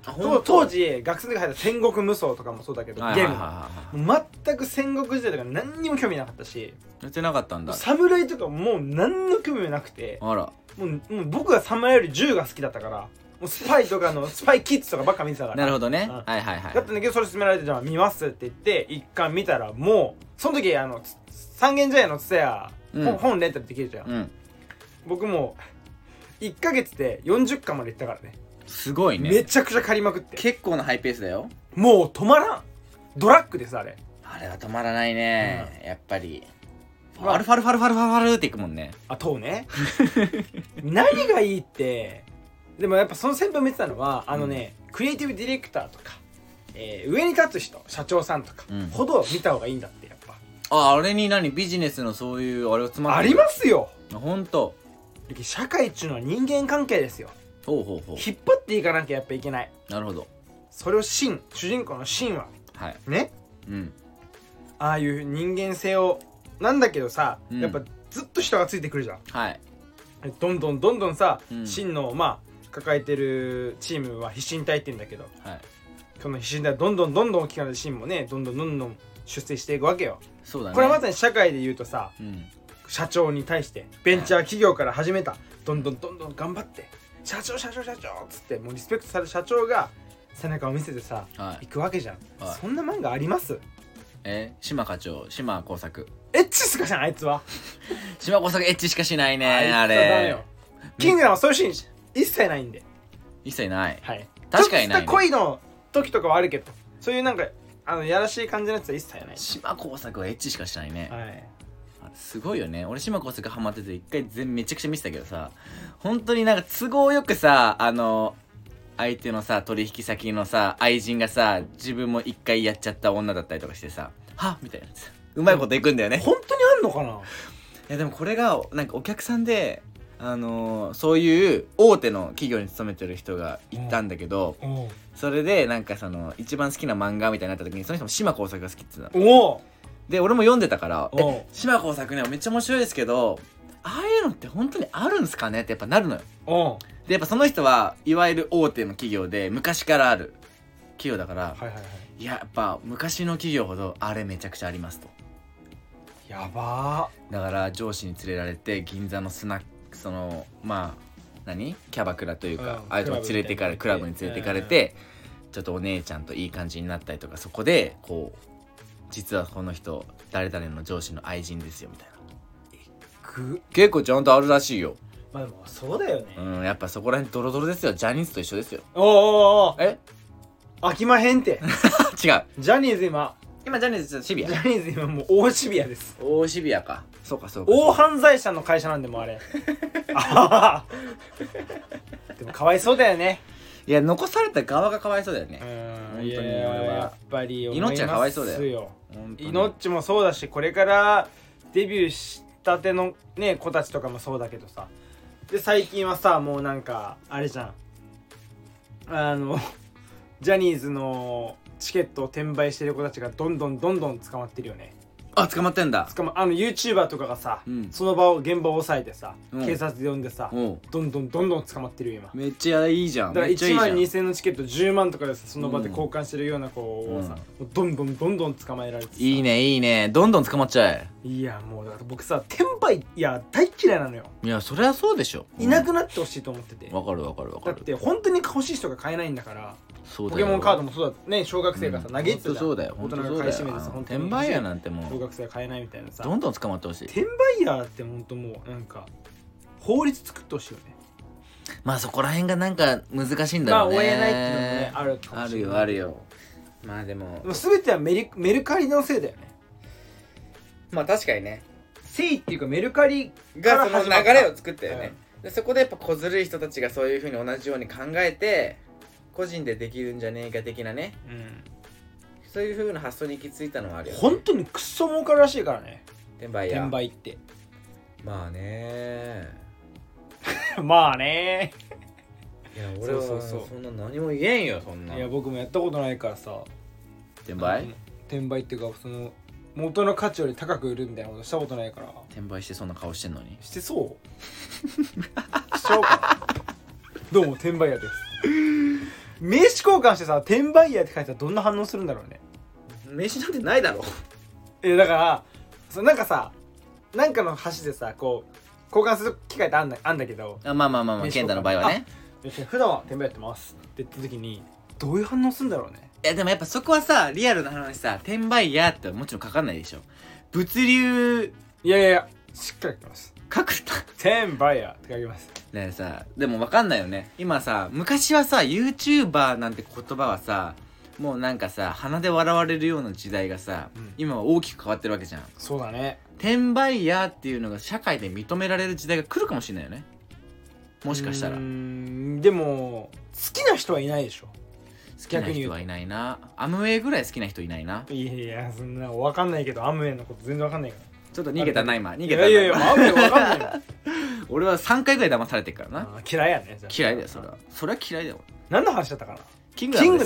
[SPEAKER 2] 当時学生の時入った戦国無双とかもそうだけど、ゲームも全く戦国時代とか何にも興味なかったし、
[SPEAKER 1] やってなかったんだ。
[SPEAKER 2] 侍とかもう何の興味もなくて、
[SPEAKER 1] あら
[SPEAKER 2] もうもう僕は侍より銃が好きだったから、もうスパイとかのスパイキッズとかばっか見てたから。
[SPEAKER 1] なるほどね、
[SPEAKER 2] うん、
[SPEAKER 1] はいはいはい。
[SPEAKER 2] だったんだけど、それ勧められて、じゃあ見ますって言って一巻見たら、もうその時あの三軒茶屋のツタヤ、うん、本レンタルできるじゃん、うん、僕もういっかげつでよんじゅっかんまで行ったからね。
[SPEAKER 1] すごいね。
[SPEAKER 2] めちゃくちゃ借りまくって。
[SPEAKER 1] 結構なハイペースだよ。
[SPEAKER 2] もう止まらん。ドラッグですあれ。
[SPEAKER 1] あれは止まらないね、うん、やっぱりアルファルファルファルファルっていくもんね。
[SPEAKER 2] あ、とうね何がいいって、でもやっぱその先輩も言ってたのは、あのね、うん、クリエイティブディレクターとか、えー、上に立つ人、社長さんとか、うん、ほど見た方がいいんだって。やっぱ
[SPEAKER 1] あ、あれに何ビジネスのそういうあれを詰ま
[SPEAKER 2] ってる。ありますよ。
[SPEAKER 1] ほんと。
[SPEAKER 2] 社会っていうのは人間関係ですよ。
[SPEAKER 1] ほうほうほう。
[SPEAKER 2] 引っ張っていかなきゃやっぱいけない。
[SPEAKER 1] なるほど。
[SPEAKER 2] それをシン、主人公のシンは、はい、ね、うん、ああいう人間性をなんだけどさ、うん、やっぱずっと人がついてくるじゃん。はい。どんどんどんどんさ、うん、シンのまあ抱えてるチームは飛信隊って言うんだけど、はい、その飛信隊はどんどんどんどん大きくなるシンもね、どんどんどんどん出世していくわけよ。そうだね。これはまさに社会で言うとさ、うん、社長に対してベンチャー企業から始めた、どんどんどんどん頑張って社長社長社長っつってもうリスペクトされる社長が背中を見せてさ、はい、行くわけじゃん、はい、そんな漫画あります？
[SPEAKER 1] えー、島課長、島耕作
[SPEAKER 2] エッチしかしない。あいつは
[SPEAKER 1] 島耕作エッチしかしないね。あれ
[SPEAKER 2] ダメよ。キングダムはそういうシーン一切ないんで。
[SPEAKER 1] 一切ない。
[SPEAKER 2] はい。
[SPEAKER 1] 確かにない、
[SPEAKER 2] ね、ちょっとした恋の時とかはあるけど、そういうなんかあのやらしい感じのやつは一切ない。
[SPEAKER 1] 島耕作はエッチしかしないね。
[SPEAKER 2] はい。
[SPEAKER 1] すごいよね。俺島耕作ハマってて一回全めちゃくちゃ見てたけどさ、本当になんか都合よくさ、あの相手のさ取引先のさ愛人がさ自分も一回やっちゃった女だったりとかしてさ、はっみたいなやつうまいこといくんだよね。
[SPEAKER 2] 本当にあんのかな。い
[SPEAKER 1] やでもこれがなんかお客さんで、あのー、そういう大手の企業に勤めてる人がいたんだけど、それでなんかその一番好きな漫画みたいになった時にその人も島耕作が好きって言ってた。おで俺も読んでたから「え島耕作ねめっちゃ面白いですけどああいうのって本当にあるんすかね?」ってやっぱなるのよ。でやっぱその人はいわゆる大手の企業で昔からある企業だから、はいはいはい、いややっぱ昔の企業ほどあれめちゃくちゃありますと。
[SPEAKER 2] やば
[SPEAKER 1] ー。だから上司に連れられて銀座のスナック、そのまあ何キャバクラというか、うん、ああいうとこ連れてかれクラブに連れてかれて、うん、ちょっとお姉ちゃんといい感じになったりとか、そこでこう実はこの人誰々の上司の愛人ですよみたいな。結構ちゃんとあるらしいよ。
[SPEAKER 2] まあでもそうだよね。
[SPEAKER 1] うん、やっぱそこら辺ドロドロですよ。ジャニーズと一緒ですよ。
[SPEAKER 2] おーおーお
[SPEAKER 1] ーえ
[SPEAKER 2] 飽きまへんって違う。
[SPEAKER 1] ジャ
[SPEAKER 2] ニーズ今
[SPEAKER 1] 今ジャニーズシビア。
[SPEAKER 2] ジャニーズ今もう大シビアです。
[SPEAKER 1] 大シビアか。そうかそうか。
[SPEAKER 2] 大犯罪者の会社なんでもあれあでもかわいそうだよね。
[SPEAKER 1] いや残された側がかわいそうだよね。
[SPEAKER 2] うん本当に俺はやっぱり思いますよ。
[SPEAKER 1] 命はかわいそうだよ。
[SPEAKER 2] 命もそうだし、これからデビューしたてのね子たちとかもそうだけどさ、で最近はさもうなんかあれじゃん、あのジャニーズのチケットを転売してる子たちがどんどんどんどん捕まってるよね。
[SPEAKER 1] あ、捕まってんだ。
[SPEAKER 2] 捕まあの YouTuber とかがさ、うん、その場を現場を押さえてさ、うん、警察で呼んでさ、うん、どんどんどんどん捕まってるよ今。
[SPEAKER 1] めっちゃいいじゃん。
[SPEAKER 2] だからいちまんにせんえんのチケットじゅうまんとかでさ、その場で交換してるような子をさ、うん、どんどんどんどん捕まえられてさ。
[SPEAKER 1] いいねいいね、どんどん捕まっちゃえ。
[SPEAKER 2] いやもうだから僕さ転売いや大嫌いなのよ。
[SPEAKER 1] いやそりゃそうでしょ、
[SPEAKER 2] いなくなってほしいと思ってて。
[SPEAKER 1] わかるわかるわかる。
[SPEAKER 2] だって本当に欲しい人が買えないんだから。
[SPEAKER 1] そうだ
[SPEAKER 2] よ。ポケモンカードもそうだね、小学生がさ、うん、投げてたじゃん。
[SPEAKER 1] そうだよ。大人が買い占めてさ、転売ヤーなんてもう
[SPEAKER 2] 小学生が買えないみたいなさ、
[SPEAKER 1] どんどん捕まってほしい。
[SPEAKER 2] 転売ヤーって本当もうなんか法律作ってほしいよね。
[SPEAKER 1] まあそこら辺がなんか難しいんだろうね。
[SPEAKER 2] まあ追えないっていうのもねあるかもしれない。
[SPEAKER 1] あるよあるよ。まあでも
[SPEAKER 2] でも全てはメリメルカリのせいだよね。
[SPEAKER 1] まあ確かにね。
[SPEAKER 2] せいっていうかメルカリ
[SPEAKER 1] がその流れを作ったよね。うん、でそこでやっぱ小ずるい人たちがそういう風に同じように考えて。個人でできるんじゃねえか的なね、うん、そういう風な発想に行き着いたのはあるよね。
[SPEAKER 2] 本当にクソ儲かるらしいからね、
[SPEAKER 1] 転売や
[SPEAKER 2] 転売って
[SPEAKER 1] まあね
[SPEAKER 2] まあね
[SPEAKER 1] いや俺はそうそうそうそんな何も言えんよそんな。
[SPEAKER 2] いや僕もやったことないからさ。
[SPEAKER 1] 転売
[SPEAKER 2] 転売っていうかその元の価値より高く売るみたいなことしたことないから。
[SPEAKER 1] 転売してそんな顔してんのに
[SPEAKER 2] してそうしちゃおうかなどうも転売屋です名刺交換してさ転売ヤーって書いたらどんな反応するんだろうね。
[SPEAKER 1] 名刺なんてないだろ。
[SPEAKER 2] えだからそなんかさなんかの橋でさこう交換する機会ってあんだあんだけど、
[SPEAKER 1] あまあまあまあまあ健太の場合はね、
[SPEAKER 2] 普段は転売やってますって言った時にどういう反応するんだろうね。
[SPEAKER 1] いやでもやっぱそこはさリアルな話さ転売ヤーってもちろん書かないでしょ。物流
[SPEAKER 2] いやいやいやしっかり書きます。
[SPEAKER 1] 書く
[SPEAKER 2] 転売ヤーって書きます。
[SPEAKER 1] ねえさでも分かんないよね今さ。昔はさ YouTuber なんて言葉はさもうなんかさ鼻で笑われるような時代がさ、うん、今は大きく変わってるわけじゃん。
[SPEAKER 2] そうだね。
[SPEAKER 1] 転売ヤーっていうのが社会で認められる時代が来るかもしれないよね。もしかしたら。うー
[SPEAKER 2] んでも好きな人はいないでしょ。
[SPEAKER 1] 好きな人はいないな。アムウェイぐらい好きな人いないな。
[SPEAKER 2] いやいやそんな分かんないけどアムウェイのこと全然分かんないから。
[SPEAKER 1] ちょっと逃げたな今。逃げたな。
[SPEAKER 2] いやいやいやアムウェイ分かんないよ。
[SPEAKER 1] 俺はさんかいぐらい騙されてるからな。
[SPEAKER 2] 嫌いやね。
[SPEAKER 1] 嫌いだよそれは。それは嫌いだよ。
[SPEAKER 2] 何の話だったかな。
[SPEAKER 1] キングダムです。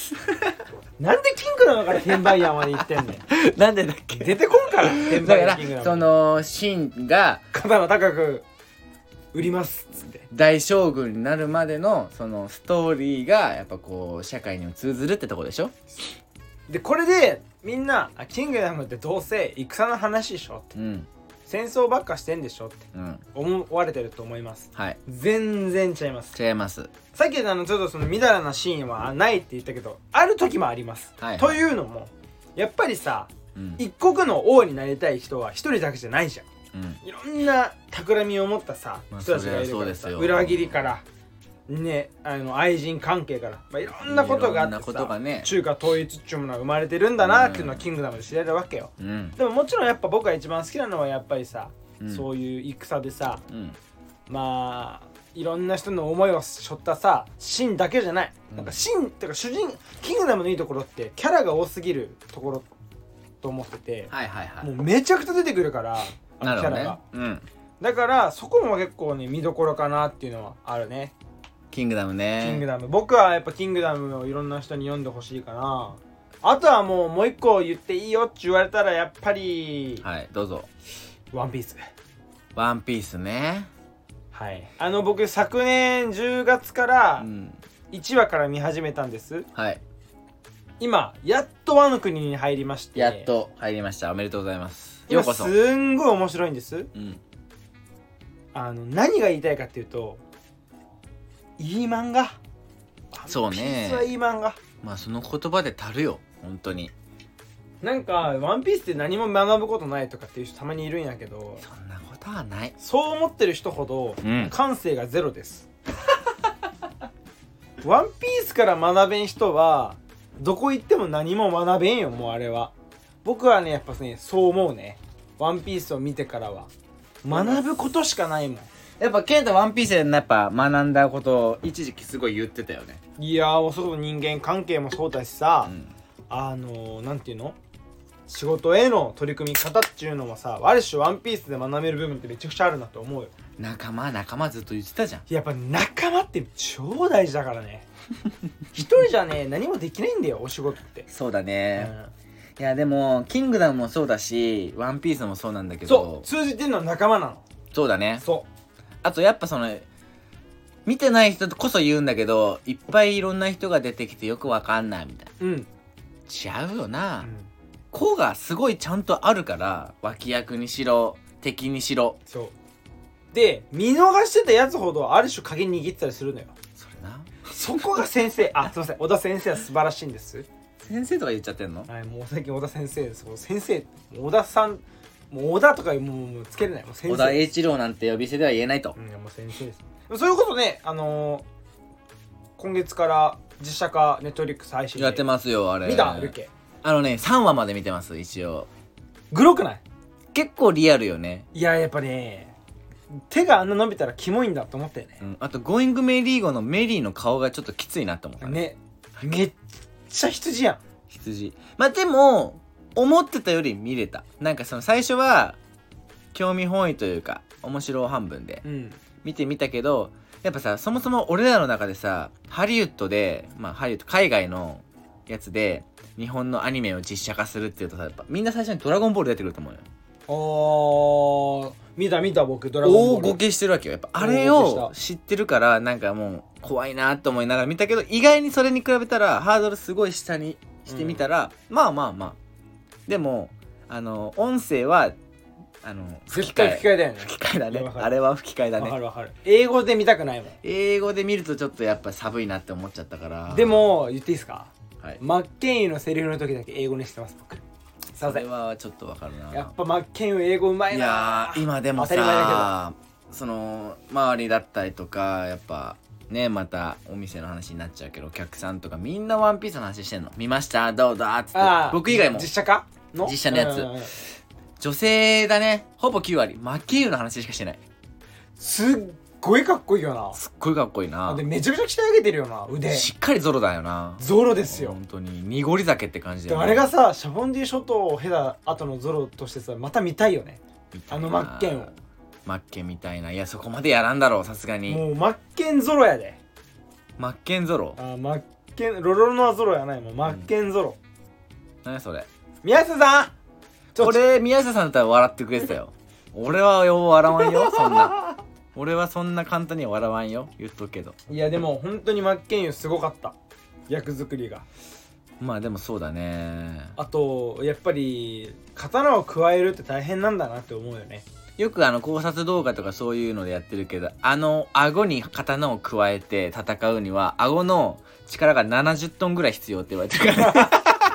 [SPEAKER 2] キングダムよ。なんでキングダムから転売ヤーまで行ってんね
[SPEAKER 1] ん。なんでだっけ。
[SPEAKER 2] 出てこんから転売ヤーキングダム。
[SPEAKER 1] そのシンが
[SPEAKER 2] 刀高く売りますっつって
[SPEAKER 1] 大将軍になるまでのそのストーリーがやっぱこう社会にも通ずるってとこでしょ。
[SPEAKER 2] でこれでみんなキングダムってどうせ戦の話でしょって、うん、戦争ばっかしてんでしょって思われてると思います、
[SPEAKER 1] はい、
[SPEAKER 2] 全然違います。
[SPEAKER 1] 違います。
[SPEAKER 2] さっきあのちょっとそのみだらなシーンはないって言ったけどある時もあります、はいはい、というのもやっぱりさ、うん、一国の王になりたい人は一人だけじゃないじゃん、うん、いろんな企みを持ったさ、まあ、人たちがいるからさ、裏切りからね、あの愛人関係から、まあ、いろんなことがあってさ、ね、中華統一っちゅうものが生まれてるんだなっていうのはキングダムで知れるわけよ、うん、でももちろんやっぱ僕が一番好きなのはやっぱりさ、うん、そういう戦でさ、うん、まあいろんな人の思いを背負ったさシンだけじゃない、うん、なんかシンってか主人キングダムのいいところってキャラが多すぎるところと思ってて、
[SPEAKER 1] はいはいはい、
[SPEAKER 2] もうめちゃくちゃ出てくるからあのキャラが、ねうん、だからそこも結構ね見どころかなっていうのはあるね。
[SPEAKER 1] キングダムね。
[SPEAKER 2] キングダム僕はやっぱキングダムをいろんな人に読んでほしいかな。あとはもうもう一個言っていいよって言われたらやっぱり
[SPEAKER 1] はいどうぞ。
[SPEAKER 2] ワンピース。
[SPEAKER 1] ワンピースね。
[SPEAKER 2] はいあの僕昨年じゅうがつからいちわから見始めたんです、うん、はい今やっとワノ国に入りまして。
[SPEAKER 1] やっと入りました。おめでとうございます。
[SPEAKER 2] ようこそ。すんごい面白いんです、うん、あの何が言いたいかっていうといい漫画。
[SPEAKER 1] そうね。
[SPEAKER 2] ワンピースはいい漫画。
[SPEAKER 1] まあその言葉で足るよ本当に。
[SPEAKER 2] なんかワンピースって何も学ぶことないとかっていう人たまにいるんやけど、
[SPEAKER 1] そんなことはない。
[SPEAKER 2] そう思ってる人ほど感性がゼロです、うん、ワンピースから学べん人はどこ行っても何も学べんよ。もうあれは僕はねやっぱねそう思うね。ワンピースを見てからは学ぶことしかないもん。
[SPEAKER 1] やっぱケンタワンピースでやっぱ学んだことを一時期すごい言ってたよね。
[SPEAKER 2] いやーそこ人間関係もそうだしさ、うん、あのー、なんていうの仕事への取り組み方っていうのもさある種ワンピースで学べる部分ってめちゃくちゃあるなと思うよ。
[SPEAKER 1] 仲間仲間ずっと言ってたじゃん。
[SPEAKER 2] やっぱ仲間って超大事だからね一人じゃね何もできないんだよお仕事って。
[SPEAKER 1] そうだね、うん、いやでもキングダムもそうだしワンピースもそうなんだけど、
[SPEAKER 2] そう通じてるのは仲間なの。
[SPEAKER 1] そうだね。
[SPEAKER 2] そう
[SPEAKER 1] あとやっぱその見てない人こそ言うんだけどいっぱいいろんな人が出てきてよくわかんないみたいな、うん、違うよな、うん、子がすごいちゃんとあるから脇役にしろ敵にしろ。
[SPEAKER 2] そうで見逃してたやつほどある種影握ってたりするのよ。
[SPEAKER 1] それな
[SPEAKER 2] そこが先生あすいません小田先生は素晴らしいんです。
[SPEAKER 1] 先生とか言っちゃってんの。
[SPEAKER 2] はいもう最近小田先生です。先生小田さんもう小田とかもうもうつけれない。もう先生。
[SPEAKER 1] 小田栄一郎なんて呼び捨てでは言えないと。
[SPEAKER 2] うん、もう先生です。そういうことね、あのー、今月から実写化ネットフリックス配信
[SPEAKER 1] やってますよ。あれ
[SPEAKER 2] 見たルケ。
[SPEAKER 1] あのねさんわまで見てます一応。
[SPEAKER 2] グロくない？
[SPEAKER 1] 結構リアルよね。
[SPEAKER 2] いややっぱね手があんな伸びたらキモいんだと思ったよね、
[SPEAKER 1] うん、あとゴーイングメリーゴのメリーの顔がちょっときついなって思った
[SPEAKER 2] ね。めっちゃ羊やん。
[SPEAKER 1] 羊。まあでも思ってたより見れた。なんかその最初は興味本位というか面白半分で見てみたけど、うん、やっぱさそもそも俺らの中でさハリウッドでまあハリウッド海外のやつで日本のアニメを実写化するっていうとさやっぱみんな最初にドラゴンボール出てくると思うよ。
[SPEAKER 2] あ見た見た僕ドラゴンボール
[SPEAKER 1] 大ごけしてるわけよ。やっぱあれを知ってるからなんかもう怖いなって思いながら見たけど、意外にそれに比べたらハードルすごい下にしてみたら、うん、まあまあまあでもあの音声はあの
[SPEAKER 2] 吹き替え吹き替えだよね。
[SPEAKER 1] 吹き替えだね。あれは吹き替えだね。
[SPEAKER 2] わかるわかる。英語で見たくないもん。
[SPEAKER 1] 英語で見るとちょっとやっぱ寒いなって思っちゃったから。
[SPEAKER 2] でも言っていいですか、
[SPEAKER 1] はい、
[SPEAKER 2] マッケンユーのセリフの時だけ英語にしてます僕。すいません。
[SPEAKER 1] それはちょっとわかるな。
[SPEAKER 2] やっぱマッケンユー英語うまいな。
[SPEAKER 1] いや今でもさ、当たり前だけどその周りだったりとかやっぱね、またお店の話になっちゃうけどお客さんとかみんなワンピースの話してんの。見ましたどうだっつって。僕以外も
[SPEAKER 2] 実写化の
[SPEAKER 1] 実写のやつ、女性だね。ほぼきゅう割マッケンユーの話しかしてない。
[SPEAKER 2] すっごいかっこいいよな。
[SPEAKER 1] すっごいかっこいいな。
[SPEAKER 2] でめちゃくちゃ鍛え上げてるよな腕。
[SPEAKER 1] しっかりゾロだよな。
[SPEAKER 2] ゾロですよ
[SPEAKER 1] 本当に濁り酒って感じだよ、
[SPEAKER 2] ね、であれがさシャボンディ諸島を経た後のゾロとしてさまた見たいよね。あのマッケンを
[SPEAKER 1] マッケンみたいな。いやそこまでやらんだろうさすがに。
[SPEAKER 2] もうマッケンゾロやで。
[SPEAKER 1] マッケンゾロ。
[SPEAKER 2] あマッケンロロノアゾロやないもんマッケンゾロ、
[SPEAKER 1] うん、何それ。
[SPEAKER 2] 宮下さん
[SPEAKER 1] 俺宮下さんだったら笑ってくれてたよ。俺はよう笑わんよそんな。俺はそんな簡単には笑わんよ言っとくけど。
[SPEAKER 2] いやでも本当にマッケンユーすごかった役作りが。
[SPEAKER 1] まあでもそうだね。
[SPEAKER 2] あとやっぱり刀を加えるって大変なんだなって思うよね。
[SPEAKER 1] よくあの考察動画とかそういうのでやってるけど、あの顎に刀を加えて戦うには顎の力がななじゅっトンぐらい必要って言われてるからね。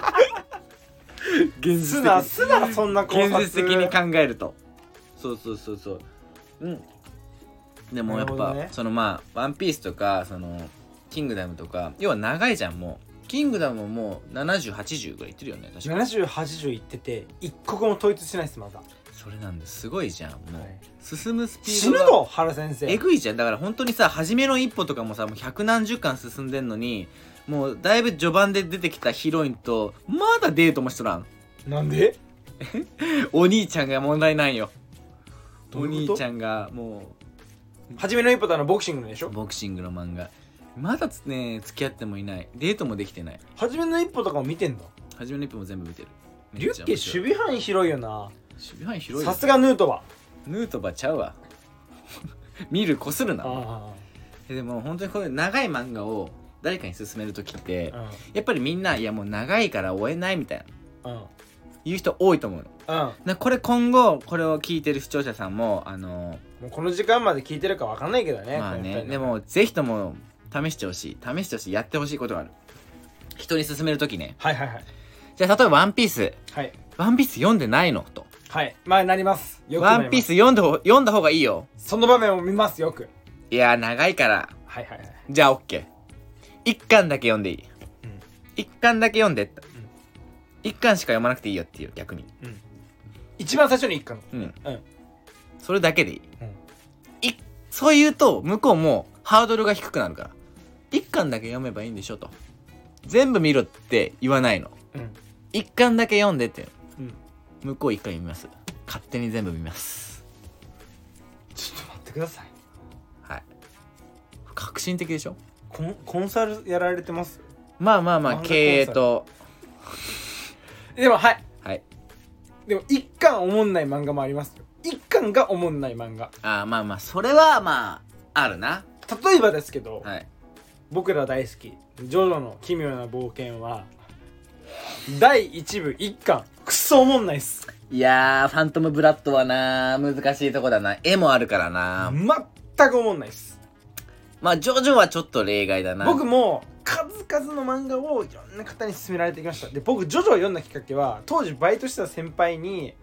[SPEAKER 2] 現実的にすなすなそんな考察
[SPEAKER 1] 現実的に考えるとそうそうそうそう。うんでもやっぱ、ね、そのまあワンピースとかそのキングダムとか要は長いじゃん。もうキングダムももうななじゅうはちじゅうぐらいいってるよね確か。
[SPEAKER 2] ななじゅうはちじゅういってて一刻も統一しないですまだ。
[SPEAKER 1] それなんですごいじゃん。もう、はい、進むスピード
[SPEAKER 2] 死ぬの原先生
[SPEAKER 1] えぐいじゃん。だから本当にさ初めの一歩とかもさもう百何十巻進んでんのにもうだいぶ序盤で出てきたヒロインとまだデートもしとらん。
[SPEAKER 2] なんで
[SPEAKER 1] お兄ちゃんが問題ないよ。お兄ちゃんがも
[SPEAKER 2] う初めの一歩とあのボクシングのでしょ。
[SPEAKER 1] ボクシングの漫画まだつね付き合ってもいない。デートもできてない。
[SPEAKER 2] 初めの一歩とかも見てんだ。
[SPEAKER 1] 初めの一歩も全部見てる。
[SPEAKER 2] リュッケ守備範囲広いよな。
[SPEAKER 1] 守備範囲広い。
[SPEAKER 2] さすがヌートバ
[SPEAKER 1] ーヌートバーちゃうわ。見るこするな。でも本当にこういう長い漫画を誰かに勧めるときって、うん、やっぱりみんないやもう長いから追えないみたいな、うん、言う人多いと思うの、うん、これ今後これを聞いてる視聴者さんもあの
[SPEAKER 2] もうこの時間まで聞いてるか分かんないけどね。
[SPEAKER 1] まあねでもぜひとも試してほしい試してほしいやってほしいことがある。人に勧めるときね。
[SPEAKER 2] はいはいはい。
[SPEAKER 1] じゃあ例えばワンピース、はい、ワンピース読んでないのと。
[SPEAKER 2] はいまあなります。
[SPEAKER 1] よくなります。ワンピース読んで読んだ方がいいよ。
[SPEAKER 2] その場面を見ますよく。
[SPEAKER 1] いや長いから。
[SPEAKER 2] はいはいはい。
[SPEAKER 1] じゃあ OK。一巻だけ読んでいい。うん、一巻だけ読んでって、うん、一巻しか読まなくていいよっていう逆に、うん、
[SPEAKER 2] 一番最初に一巻、うんうん、
[SPEAKER 1] それだけでいい、うん、いそう言うと向こうもハードルが低くなるから一巻だけ読めばいいんでしょと全部見ろって言わないの、うん、一巻だけ読んでって、うん、向こう一回読みます。勝手に全部見ます。
[SPEAKER 2] ちょっと待ってください。
[SPEAKER 1] はい革新的でしょ。
[SPEAKER 2] コン、コンサルやられてます。
[SPEAKER 1] まあまあまあ経営と
[SPEAKER 2] でもはい、
[SPEAKER 1] はい、
[SPEAKER 2] でも一巻おもんない漫画もありますよ。一巻がおもんない漫画。
[SPEAKER 1] ああまあまあそれはまああるな。
[SPEAKER 2] 例えばですけど、
[SPEAKER 1] はい、
[SPEAKER 2] 僕ら大好きジョジョの奇妙な冒険はだいいち部一巻クソおもんないっす。
[SPEAKER 1] いやーファントムブラッドはな難しいとこだな。絵もあるからな
[SPEAKER 2] 全くおもんないっす。
[SPEAKER 1] まあジョジョはちょっと例外だな。
[SPEAKER 2] 僕も数々の漫画をいろんな方に勧められてきました。で僕ジョジョを読んだきっかけは当時バイトしてた先輩に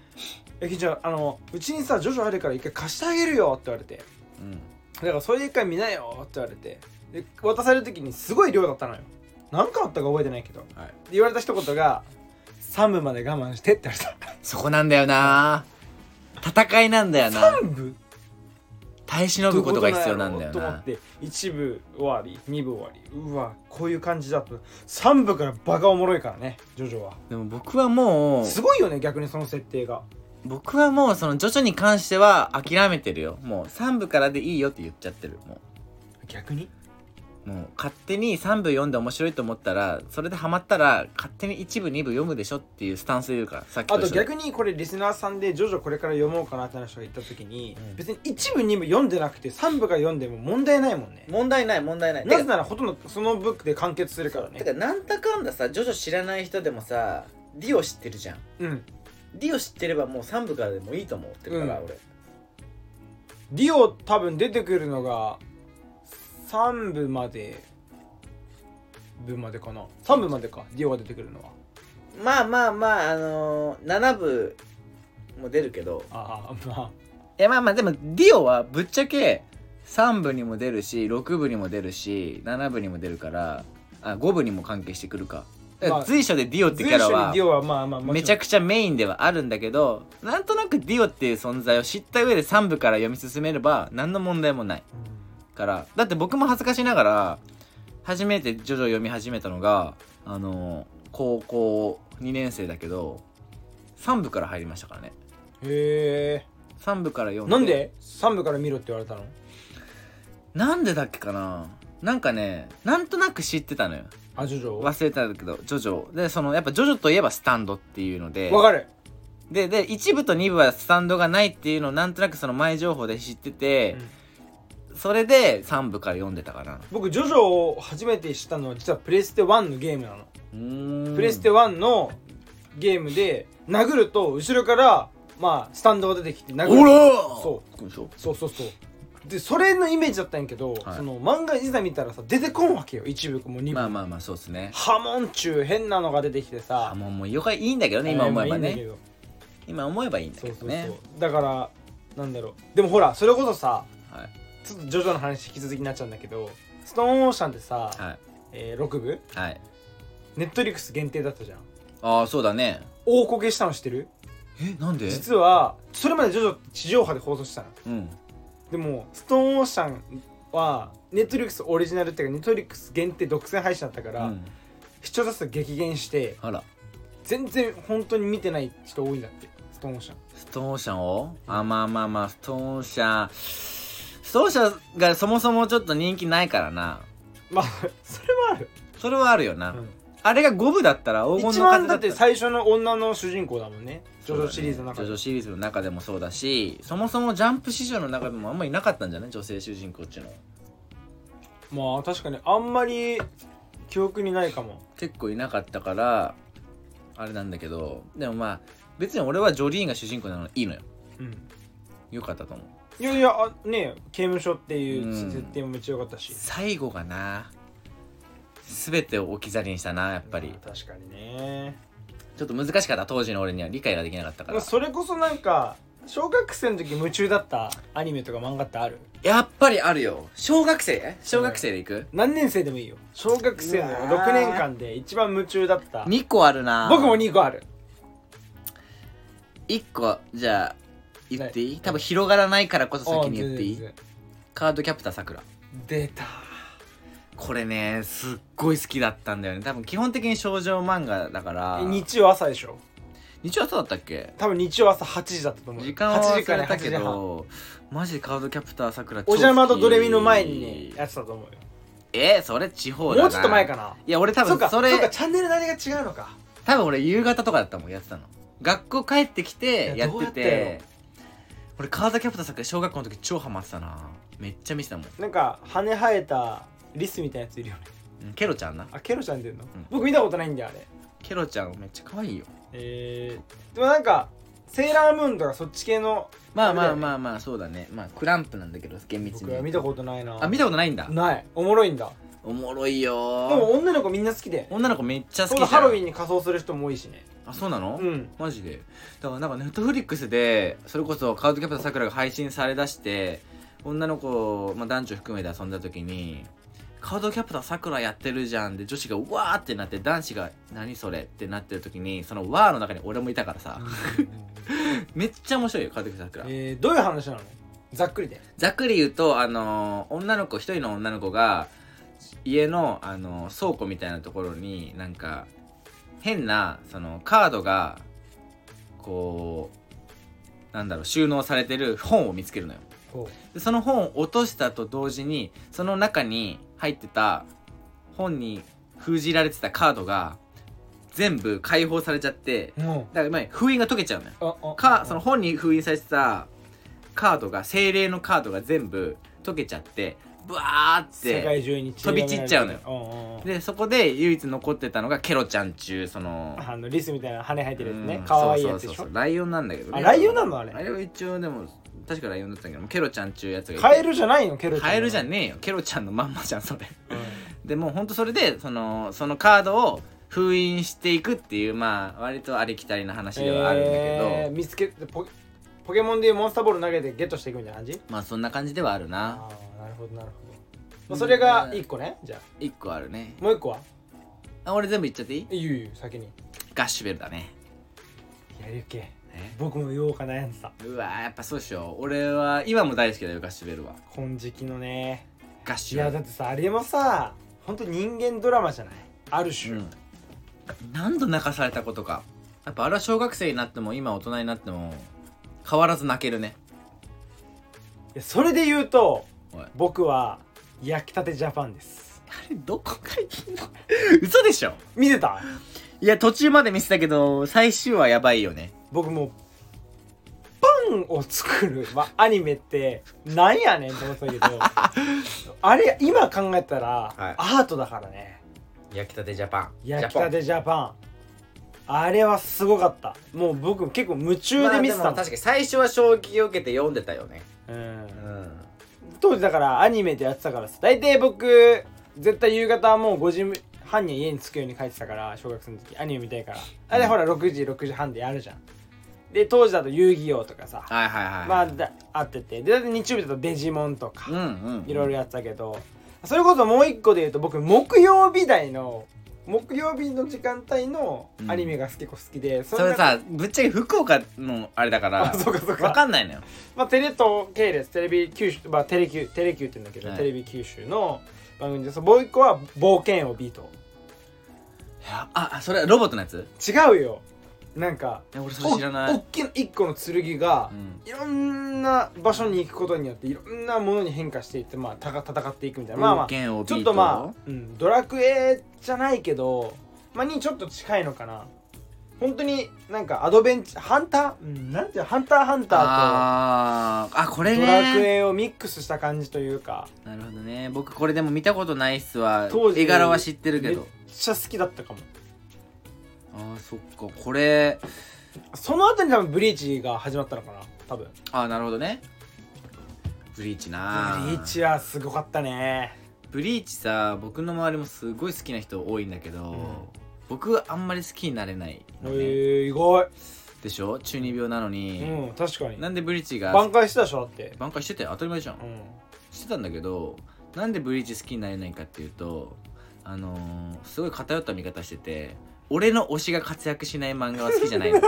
[SPEAKER 2] 「えじゃあ、あのうちにさジョジョあるから一回貸してあげるよ」って言われて、うん、だからそれで一回見なよって言われてで渡される時にすごい量だったのよ。何かあったか覚えてないけど、はい、で言われた一言がさん部まで我慢してって言われた。
[SPEAKER 1] そこなんだよな戦いなんだよな。
[SPEAKER 2] さん部
[SPEAKER 1] 耐え忍ぶことが必要なんだよな
[SPEAKER 2] と思っていち部終わりに部終わりうわこういう感じだとさん部からバカおもろいからねジョジョは。
[SPEAKER 1] でも僕はもう
[SPEAKER 2] すごいよね逆にその設定が。
[SPEAKER 1] 僕はもうそのジョジョに関しては諦めてるよ。もうさん部からでいいよって言っちゃってる。もう
[SPEAKER 2] 逆に
[SPEAKER 1] もう勝手にさん部読んで面白いと思ったらそれでハマったら勝手にいち部に部読むでしょっていうスタンスでいるから。さっきと
[SPEAKER 2] あと逆にこれリスナーさんでジョジョこれから読もうかなって話が言った時に、うん、別にいち部に部読んでなくてさん部から読んでも問題ないもんね。
[SPEAKER 1] 問題ない問題ない。
[SPEAKER 2] なぜならほとんどそのブックで完結するからね。
[SPEAKER 1] てかなんだかんださジョジョ知らない人でもさディオ知ってるじゃん。うんディオ知ってればもうさん部からでもいいと思ってるから、うん、俺
[SPEAKER 2] ディオ多分出てくるのがさん部まで部までかなさん部までかディオが出てくるのは。
[SPEAKER 1] まあまあまああのー、なな部も出るけど
[SPEAKER 2] ああまあ
[SPEAKER 1] いやまあまあでもディオはぶっちゃけさん部にも出るしろく部にも出るしなな部にも出るからあご部にも関係してくるか。まあ、随所でディオってキャラはめちゃくちゃメインではあるんだけどなんとなくディオっていう存在を知った上でさん部から読み進めれば何の問題もない、うん、からだって僕も恥ずかしながら初めてジョジョ読み始めたのがあの高校にねん生だけどさん部から入りましたからね。
[SPEAKER 2] へえ
[SPEAKER 1] さん部から読んで
[SPEAKER 2] なんでさん部から見ろって言われたの。
[SPEAKER 1] なんでだっけかな。なんかねなんとなく知ってたのよ。
[SPEAKER 2] あジョジョ
[SPEAKER 1] 忘れたんだけどジョジョでそのやっぱジョジョといえばスタンドっていうので
[SPEAKER 2] わかる。
[SPEAKER 1] ででいち部とに部はスタンドがないっていうのをなんとなくその前情報で知ってて、うん、それでさん部から読んでたかな。
[SPEAKER 2] 僕ジョジョを初めて知ったのは実はプレステワンのゲームなの。うーんプレステワンのゲームで殴ると後ろからまあスタンドが出てきて殴る。
[SPEAKER 1] ほら
[SPEAKER 2] そうそうそうそうでそれのイメージだったんやけど、はい、その漫画いざ見たらさ出てこんわけよいち部もに部。
[SPEAKER 1] まあまあまあそうですね。
[SPEAKER 2] 波紋中変なのが出てきてさ
[SPEAKER 1] 波紋もよかいいんだけどね今思えばね、まあ、今思えばいいんだけどね。
[SPEAKER 2] そうそうそうだからなんだろうでもほらそれこそさ、はい、ちょっとジョジョの話引き続きになっちゃうんだけどストーンオーシャンってさ、はいえー、ろく部、はい、ネットリックス限定だったじゃん。
[SPEAKER 1] ああそうだね。
[SPEAKER 2] 大こけしたの知ってる？
[SPEAKER 1] えなんで？
[SPEAKER 2] 実はそれまでジョジョ地上波で放送してたの。うんでもストーンオーシャンはネットリックスオリジナルっていうかネットリックス限定独占配信だったから、うん、視聴者数激減して
[SPEAKER 1] あら
[SPEAKER 2] 全然本当に見てない人多いんだってストーンオーシャン。
[SPEAKER 1] ストーンオーシャンを、うん、あまあまあまあストーンオーシャンストーンオーシャンがそもそもちょっと人気ないからな。
[SPEAKER 2] まあそれはある
[SPEAKER 1] それはあるよな、うん、あれがご部だったら黄金の風
[SPEAKER 2] 一番だって最初の女の主人公だもんねジョジョシリーズの中で、
[SPEAKER 1] ね、ジョジョシリーズの中でもそうだしそもそもジャンプ市場の中でもあんまりいなかったんじゃない女性主人公っていう
[SPEAKER 2] のは。まあ確かにあんまり記憶にないかも。
[SPEAKER 1] 結構いなかったからあれなんだけどでもまあ別に俺はジョリーンが主人公なのいいのよ、うん、よかったと思う。
[SPEAKER 2] いやいやね刑務所っていう設定もめっちゃよかったし、うん、
[SPEAKER 1] 最後がな全てを置き去りにしたなやっぱり、
[SPEAKER 2] まあ、確かにね
[SPEAKER 1] ちょっと難しかった当時の俺には理解ができなかったから。
[SPEAKER 2] それこそなんか小学生の時夢中だったアニメとか漫画ってある？
[SPEAKER 1] やっぱりあるよ。小学生小学生でいく、うん、
[SPEAKER 2] 何年生でもいいよ。小学生のろくねんかんで一番夢中だった
[SPEAKER 1] にこあるな。
[SPEAKER 2] 僕もにこある。
[SPEAKER 1] いっこじゃあ言っていい？多分広がらないからこそ先に言っていい？カードキャプターさくら。
[SPEAKER 2] 出た。
[SPEAKER 1] これねすっごい好きだったんだよね。多分基本的に少女漫画だから。
[SPEAKER 2] 日曜朝でしょ？
[SPEAKER 1] 日曜朝だったっけ？
[SPEAKER 2] 多分日曜朝はちじだったと思う。
[SPEAKER 1] 時間は忘れたけどマジでカードキャプターさくら
[SPEAKER 2] お邪魔とドレミの前にねやってたと思うよ。
[SPEAKER 1] えー、それ地方だな。
[SPEAKER 2] もうちょっと前かな。
[SPEAKER 1] いや俺多分それ
[SPEAKER 2] そうかチャンネル何が違うのか。
[SPEAKER 1] 多分俺夕方とかだったもんやってたの。学校帰ってきてやってて俺カードキャプターさくら小学校の時超ハマってたな。めっちゃ見てたもん。
[SPEAKER 2] なんか羽生えたリスみたいなやついるよね。
[SPEAKER 1] ケロちゃんな。
[SPEAKER 2] あケロちゃん出るの、うん、僕見たことないんだよあれ。
[SPEAKER 1] ケロちゃんめっちゃ可愛いよ。
[SPEAKER 2] えー、でもなんかセーラームーンとかそっち系の
[SPEAKER 1] まあまあまあまあそうだね。まあクランプなんだけど厳密に
[SPEAKER 2] 僕は見たことないな。
[SPEAKER 1] あ見たことないんだ。
[SPEAKER 2] ないおもろいんだ。
[SPEAKER 1] おもろいよ。
[SPEAKER 2] でも女の子みんな好きで。
[SPEAKER 1] 女の子めっちゃ好きじゃん。
[SPEAKER 2] ハロウィンに仮装する人も多いしね。
[SPEAKER 1] あそうなの？
[SPEAKER 2] うん
[SPEAKER 1] マジで。だからなんかネットフリックスでそれこそカードキャプターさくらが配信されだして女の子、まあ、男女含めて遊んだ時にカードキャプターさくらやってるじゃんで女子がうわーってなって男子が何それってなってる時にそのわーの中に俺もいたからさめっちゃ面白いよカードキャプターさくら。
[SPEAKER 2] えー、どういう話なの？ざっくりで。
[SPEAKER 1] ざっくり言うとあのー、女の子一人の女の子が家の、あのー、倉庫みたいなところになんか変なそのカードがこうなんだろう収納されてる本を見つけるのよ。 でその本を落としたと同時にその中に入ってた本に封じられてたカードが全部解放されちゃって、うん、だからまあ封印が解けちゃうのよ。かその本に封印されてたカードが精霊のカードが全部解けちゃってブワーって飛び散っちゃうのよ。でそこで唯一残ってたのがケロちゃんちゅうその
[SPEAKER 2] あのリスみたいな羽生えてるやつね、かわいいやつでしょ。そうそうそう
[SPEAKER 1] ライオンなんだけど、
[SPEAKER 2] ね、あライオンなのあれ。
[SPEAKER 1] あれは一応でも確かライオンだったけどケロちゃんちゅうやつがいて
[SPEAKER 2] カエルじゃないのケロちゃん。
[SPEAKER 1] カエルじゃねえよケロちゃんのまんまじゃんそれ、うん、でもうほんとそれでそのそのカードを封印していくっていうまあ割とありきたりな話ではあるんだけど、え
[SPEAKER 2] ー、見つけポポケモンでいうモンスターボール投げてゲットしていくみたいな感じ。
[SPEAKER 1] まあそんな感じではあるな。
[SPEAKER 2] ああなるほどなるほど、まあ、それがいっこね。じゃあ
[SPEAKER 1] いっこあるね。
[SPEAKER 2] もういっこは
[SPEAKER 1] あ俺全部言っちゃっていい？
[SPEAKER 2] いいよいいよ先に。
[SPEAKER 1] ガッシュベルだね。
[SPEAKER 2] やるけ僕も言おうか悩んでた。
[SPEAKER 1] うわやっぱそうでしょ。俺は今も大好きだよガッシュベルは。
[SPEAKER 2] 金色のね
[SPEAKER 1] ガッシュベル。
[SPEAKER 2] いやだってさあれもさほんと人間ドラマじゃないある種、うん、
[SPEAKER 1] 何度泣かされたことか。やっぱあれは小学生になっても今大人になっても変わらず泣けるね。
[SPEAKER 2] いやそれで言うと僕は焼きたてジャパンです。
[SPEAKER 1] あれどこかいいの嘘でしょ。
[SPEAKER 2] 見てた？
[SPEAKER 1] いや途中まで見てたけど最終話やばいよね。
[SPEAKER 2] 僕もうパンを作る、まあ、アニメってなんやねんと思ってたけどあれ今考えたら、はい、アートだからね。
[SPEAKER 1] 焼きたてジャパン
[SPEAKER 2] 焼きたてジャパンあれはすごかった。もう僕結構夢中で見てた、まあ、
[SPEAKER 1] 確かに最初は衝撃を受けて読んでたよね。うん、うん、
[SPEAKER 2] 当時だからアニメでやってたからさ大体僕絶対夕方はもうごじはんに家に着くように帰ってたから小学生の時アニメ見たいから、うん、あれほらろくじろくじはんでやるじゃん。で当時だと遊戯王とかさ、
[SPEAKER 1] はいはいはい、
[SPEAKER 2] まあだあっててで日曜日だとデジモンとか、うんうんうん、いろいろやってたけどそれこそもう一個で言うと僕木曜日台の木曜日の時間帯のアニメが結構好きで、
[SPEAKER 1] うん、そ, それさぶっちゃけ福岡のあれだから
[SPEAKER 2] そうかそうか
[SPEAKER 1] 分かんないのよ。
[SPEAKER 2] まあテレ東系列テレビ九州まあテレキュテレキュって言うんだけど、はい、テレビ九州の番組でもう一個は冒険王ビート。
[SPEAKER 1] あそれはロボットのやつ？
[SPEAKER 2] 違うよ。なんか
[SPEAKER 1] 俺それ知らない。
[SPEAKER 2] おっきな一個の剣が、うん、いろんな場所に行くことによっていろんなものに変化していってまあた戦っていくみたいな。まあまあちょっとまあ、うん、ドラクエじゃないけどまあにちょっと近いのかな。本当になんかアドベンチハンター、うん、なんていうハンターハンターと
[SPEAKER 1] ああこれね
[SPEAKER 2] ドラクエをミックスした感じというか。
[SPEAKER 1] なるほどね。僕これでも見たことないっすわ。絵柄は知ってるけど
[SPEAKER 2] めっちゃ好きだったかも。
[SPEAKER 1] あーそっかこれ
[SPEAKER 2] その後に多分ブリーチが始まったのかな多分。
[SPEAKER 1] あーなるほどね。ブリーチな
[SPEAKER 2] ブリーチはすごかったね。
[SPEAKER 1] ブリーチさ僕の周りもすごい好きな人多いんだけど、うん、僕はあんまり好きになれないのね。
[SPEAKER 2] えー、意外
[SPEAKER 1] でしょ。中二病なのに。
[SPEAKER 2] うん確かに。
[SPEAKER 1] なんでブリーチが
[SPEAKER 2] 挽回してたでしょ。だって
[SPEAKER 1] 挽回してて当たり前じゃん、うん、してたんだけどなんでブリーチ好きになれないかっていうとあのー、すごい偏った見方してて俺の推しが活躍しない漫画は好きじゃないの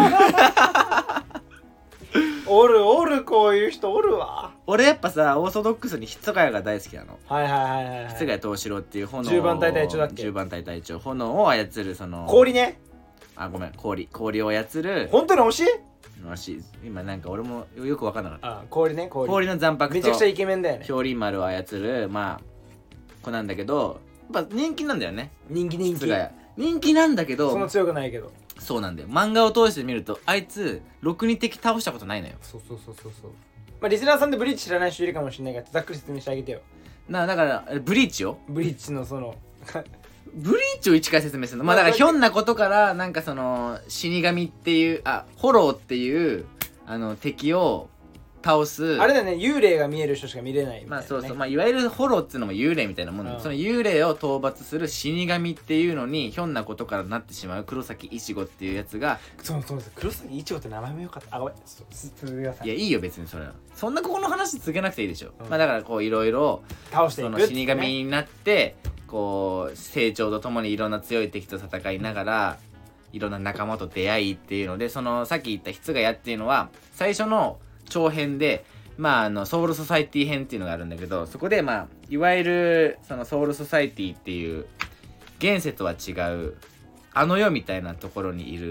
[SPEAKER 2] おるおるこういう人おるわ。
[SPEAKER 1] 俺やっぱさオーソドックスにひつがやが大好きなの。
[SPEAKER 2] はいはいはいはい、はい、
[SPEAKER 1] ひつがや藤四郎っていう炎を
[SPEAKER 2] じゅうばん隊隊長だっけ。
[SPEAKER 1] じゅうばん隊隊長炎を操るその
[SPEAKER 2] 氷ね。
[SPEAKER 1] あごめん氷氷を操る
[SPEAKER 2] 本当に推し
[SPEAKER 1] 推し今なんか俺もよく分かんなかった。
[SPEAKER 2] あ氷ね氷
[SPEAKER 1] 氷の残白と
[SPEAKER 2] めちゃくちゃイケメンだよね。
[SPEAKER 1] 氷丸を操るまあ子なんだけどやっぱ人気なんだよね。
[SPEAKER 2] 人気人気
[SPEAKER 1] 人気なんだけど
[SPEAKER 2] そんな強くないけど
[SPEAKER 1] そうなんだよ。漫画を通して見るとあいつろくに敵倒したことないのよ。
[SPEAKER 2] そうそうそうそうそう。まあリスナーさんでブリーチ知らない人いるかもしれないからざっくり説明してあげてよ。
[SPEAKER 1] なだからブリーチよ。
[SPEAKER 2] ブリーチのその
[SPEAKER 1] ブリーチを一回説明するの。まあだからひょんなことからなんかその死神っていうあホローっていうあの敵を倒す
[SPEAKER 2] あれだね幽霊が見える人しか見れないみたいな、ね、
[SPEAKER 1] まあそうそうまあいわゆるホローっていうのも幽霊みたいなもんだ、うん、その幽霊を討伐する死神っていうのにひょんなことからなってしまう黒崎いちごっていうやつが
[SPEAKER 2] そうそうそう黒崎いちごって名前もよかった。あごめん続けてください。
[SPEAKER 1] いやいいよ別にそれはそんなここの話続けなくていいでしょ、うん、まあだからこういろいろ
[SPEAKER 2] 倒していく
[SPEAKER 1] その死神になってこう成長とともにいろんな強い敵と戦いながらいろんな仲間と出会いっていうのでそのさっき言ったひつがやっていうのは最初の長編でまああのソウルソサイティ編っていうのがあるんだけどそこでまあいわゆるそのソウルソサイティっていう現世とは違うあの世みたいなところにいる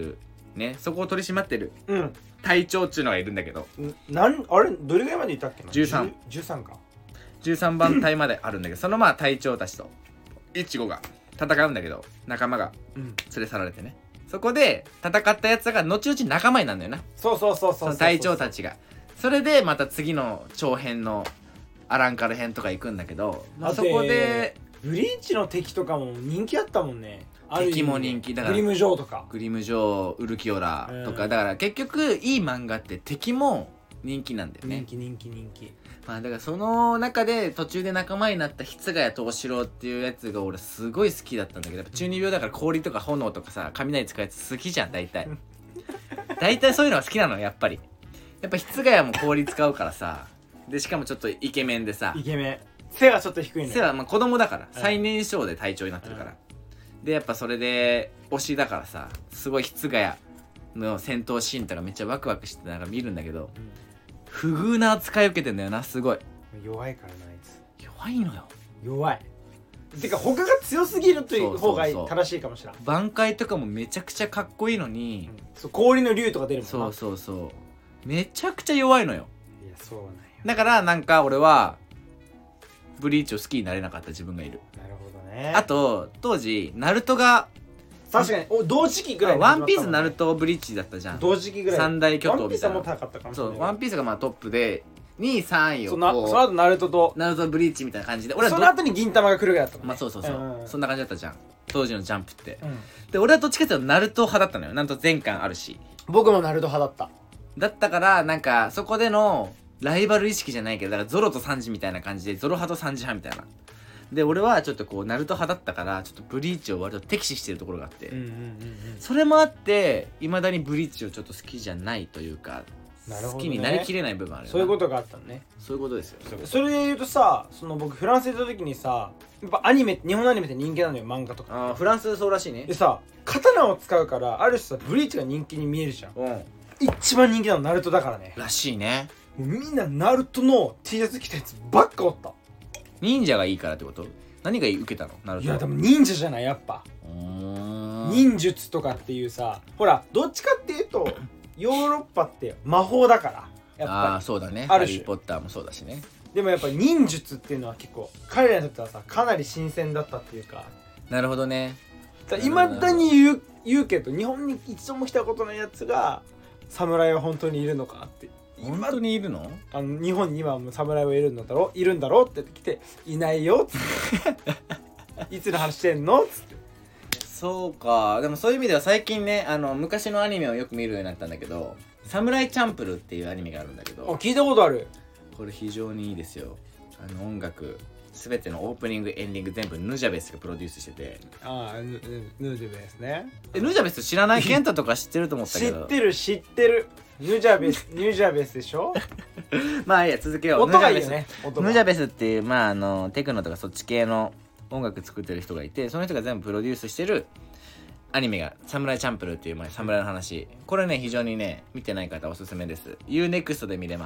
[SPEAKER 1] ね、そこを取り締まってる
[SPEAKER 2] うん
[SPEAKER 1] 隊長っちゅうのがいるんだけど、
[SPEAKER 2] なんあれどれぐらいまでいたっけな。
[SPEAKER 1] じゅうさん。
[SPEAKER 2] じゅうさんか。
[SPEAKER 1] じゅうさんばん隊まであるんだけど、そのまあ隊長たちとイチゴが戦うんだけど、仲間が連れ去られてね、そこで戦ったやつが後々仲間になるんだよな。
[SPEAKER 2] そうそうそうそうそう、
[SPEAKER 1] その隊長たちが。それでまた次の長編のアランカル編とか行くんだけど、まあ、そこで
[SPEAKER 2] ブリーチの敵とかも人気あったもんね。
[SPEAKER 1] 敵も人気だから、
[SPEAKER 2] グリムジョーとか
[SPEAKER 1] グリムジョー、ウルキオラとか、
[SPEAKER 2] うん、
[SPEAKER 1] だから結局いい漫画って敵も人気なんだよね。
[SPEAKER 2] 人気人気人気。
[SPEAKER 1] まあだからその中で途中で仲間になった筆ヶ谷藤四郎っていうやつが俺すごい好きだったんだけど、やっぱ中二病だから氷とか炎とかさ雷使うやつ好きじゃん大体大体そういうのが好きなのやっぱり。やっぱ筆ヶ谷も氷使うからさ、でしかもちょっとイケメンでさ、
[SPEAKER 2] イケメン、背はちょっと低いね。
[SPEAKER 1] 背はまあ子供だから最年少で隊長になってるから、うん、でやっぱそれで推しだからさ、すごい筆ヶ谷の戦闘シーンとかめっちゃワクワクしてなんか見るんだけど、うん、不遇な扱い受けてんだよな。すごい
[SPEAKER 2] 弱いからなあいつ。
[SPEAKER 1] 弱いのよ。
[SPEAKER 2] 弱いてか他が強すぎるという方が正しいかもしれない。
[SPEAKER 1] 挽回とかもめちゃくちゃかっこいいのに、
[SPEAKER 2] うん、そう氷の竜とか出るもんな。
[SPEAKER 1] そうそうそうめちゃくちゃ弱いのよ。
[SPEAKER 2] いやそうなんよ。
[SPEAKER 1] だからなんか俺はブリーチを好きになれなかった自分がいる。
[SPEAKER 2] なるほどね。
[SPEAKER 1] あと当時ナルトが
[SPEAKER 2] 確かにお同時期ぐらい、
[SPEAKER 1] ね、ワンピースナルトブリーチだったじゃん。
[SPEAKER 2] 同時期ぐらい
[SPEAKER 1] 三大巨頭みたいな。
[SPEAKER 2] ワンピースはもう高かったかもしれない。
[SPEAKER 1] そうワンピースがまあトップでにいさんいを
[SPEAKER 2] そのその後ナルトと
[SPEAKER 1] ナルトブリーチみたいな感じで、俺は
[SPEAKER 2] その後に銀魂が来るぐらいだったもんね。
[SPEAKER 1] まあそうそうそう、
[SPEAKER 2] うんうん、
[SPEAKER 1] そんな感じだったじゃん当時のジャンプって、
[SPEAKER 2] うん、
[SPEAKER 1] で俺はどっちかっていうとナルト派だったのよ。なんと全巻あるし。
[SPEAKER 2] 僕もナルト派だった。
[SPEAKER 1] だったからなんかそこでのライバル意識じゃないけど、だからゾロとサンジみたいな感じで、ゾロ派とサンジ派みたいな。で俺はちょっとこうナルト派だったからちょっとブリーチを割と敵視してるところがあって、うんうんうんうん、それもあっていまだにブリーチをちょっと好きじゃないというか、なるほどね、好きになりきれない部分あるよな。
[SPEAKER 2] そういうことがあったのね。
[SPEAKER 1] そういうことですよ。
[SPEAKER 2] それで言うとさ、その僕フランスにいた時にさ、やっぱアニメ、日本のアニメって人気なのよ、漫画とか。
[SPEAKER 1] ああフランスそうらしいね。
[SPEAKER 2] でさ刀を使うからある種さブリーチが人気に見えるじゃん。うん、一番人気なのナルトだからね。
[SPEAKER 1] らしいね。
[SPEAKER 2] もうみんなナルトの T シャツ着たやつばっかおった。
[SPEAKER 1] 忍者がいいからってこと？何が受けたのナルト？
[SPEAKER 2] いやでも忍者じゃないやっぱ。忍術とかっていうさ、ほらどっちかっていうとヨーロッパって魔法だからやっぱり。ああ
[SPEAKER 1] そうだね。
[SPEAKER 2] ある種
[SPEAKER 1] ハリーポッターもそうだしね。
[SPEAKER 2] でもやっぱり忍術っていうのは結構彼らにとってはさかなり新鮮だったっていうか。
[SPEAKER 1] なるほどね。
[SPEAKER 2] いまだに言う言うけど日本に一度も来たことないやつが侍は本当にいるのかって。
[SPEAKER 1] 本当にいるの？
[SPEAKER 2] あの日本にはもう侍はいるんだろいるんだろって来ていないよっつっていつの話してんのっつって。
[SPEAKER 1] そうか。でもそういう意味では最近ね、あの昔のアニメをよく見るようになったんだけど、サムライチャンプルっていうアニメがあるんだけど、
[SPEAKER 2] あ聞いたことある。
[SPEAKER 1] これ非常にいいですよ。あの音楽全てのオープニングエンディング全部ヌジャベスがプロデュースしてて。
[SPEAKER 2] ああ ヌ, ヌジャベスね。
[SPEAKER 1] えヌジャベス知らない？ケンタとか知ってると思ったけど。
[SPEAKER 2] 知ってる知ってる。ヌジャベスヌジャベスでしょ
[SPEAKER 1] まあいいや続けよう。
[SPEAKER 2] 音がいいよね。
[SPEAKER 1] ヌジャベスっていうまああのテクノとかそっち系の音楽作ってる人がいて、その人が全部プロデュースしてるアニメがサムライチャンプルっていう、まあ、サムライの話。これね非常にね見てない方おすすめです。 ユーネクスト で見れます。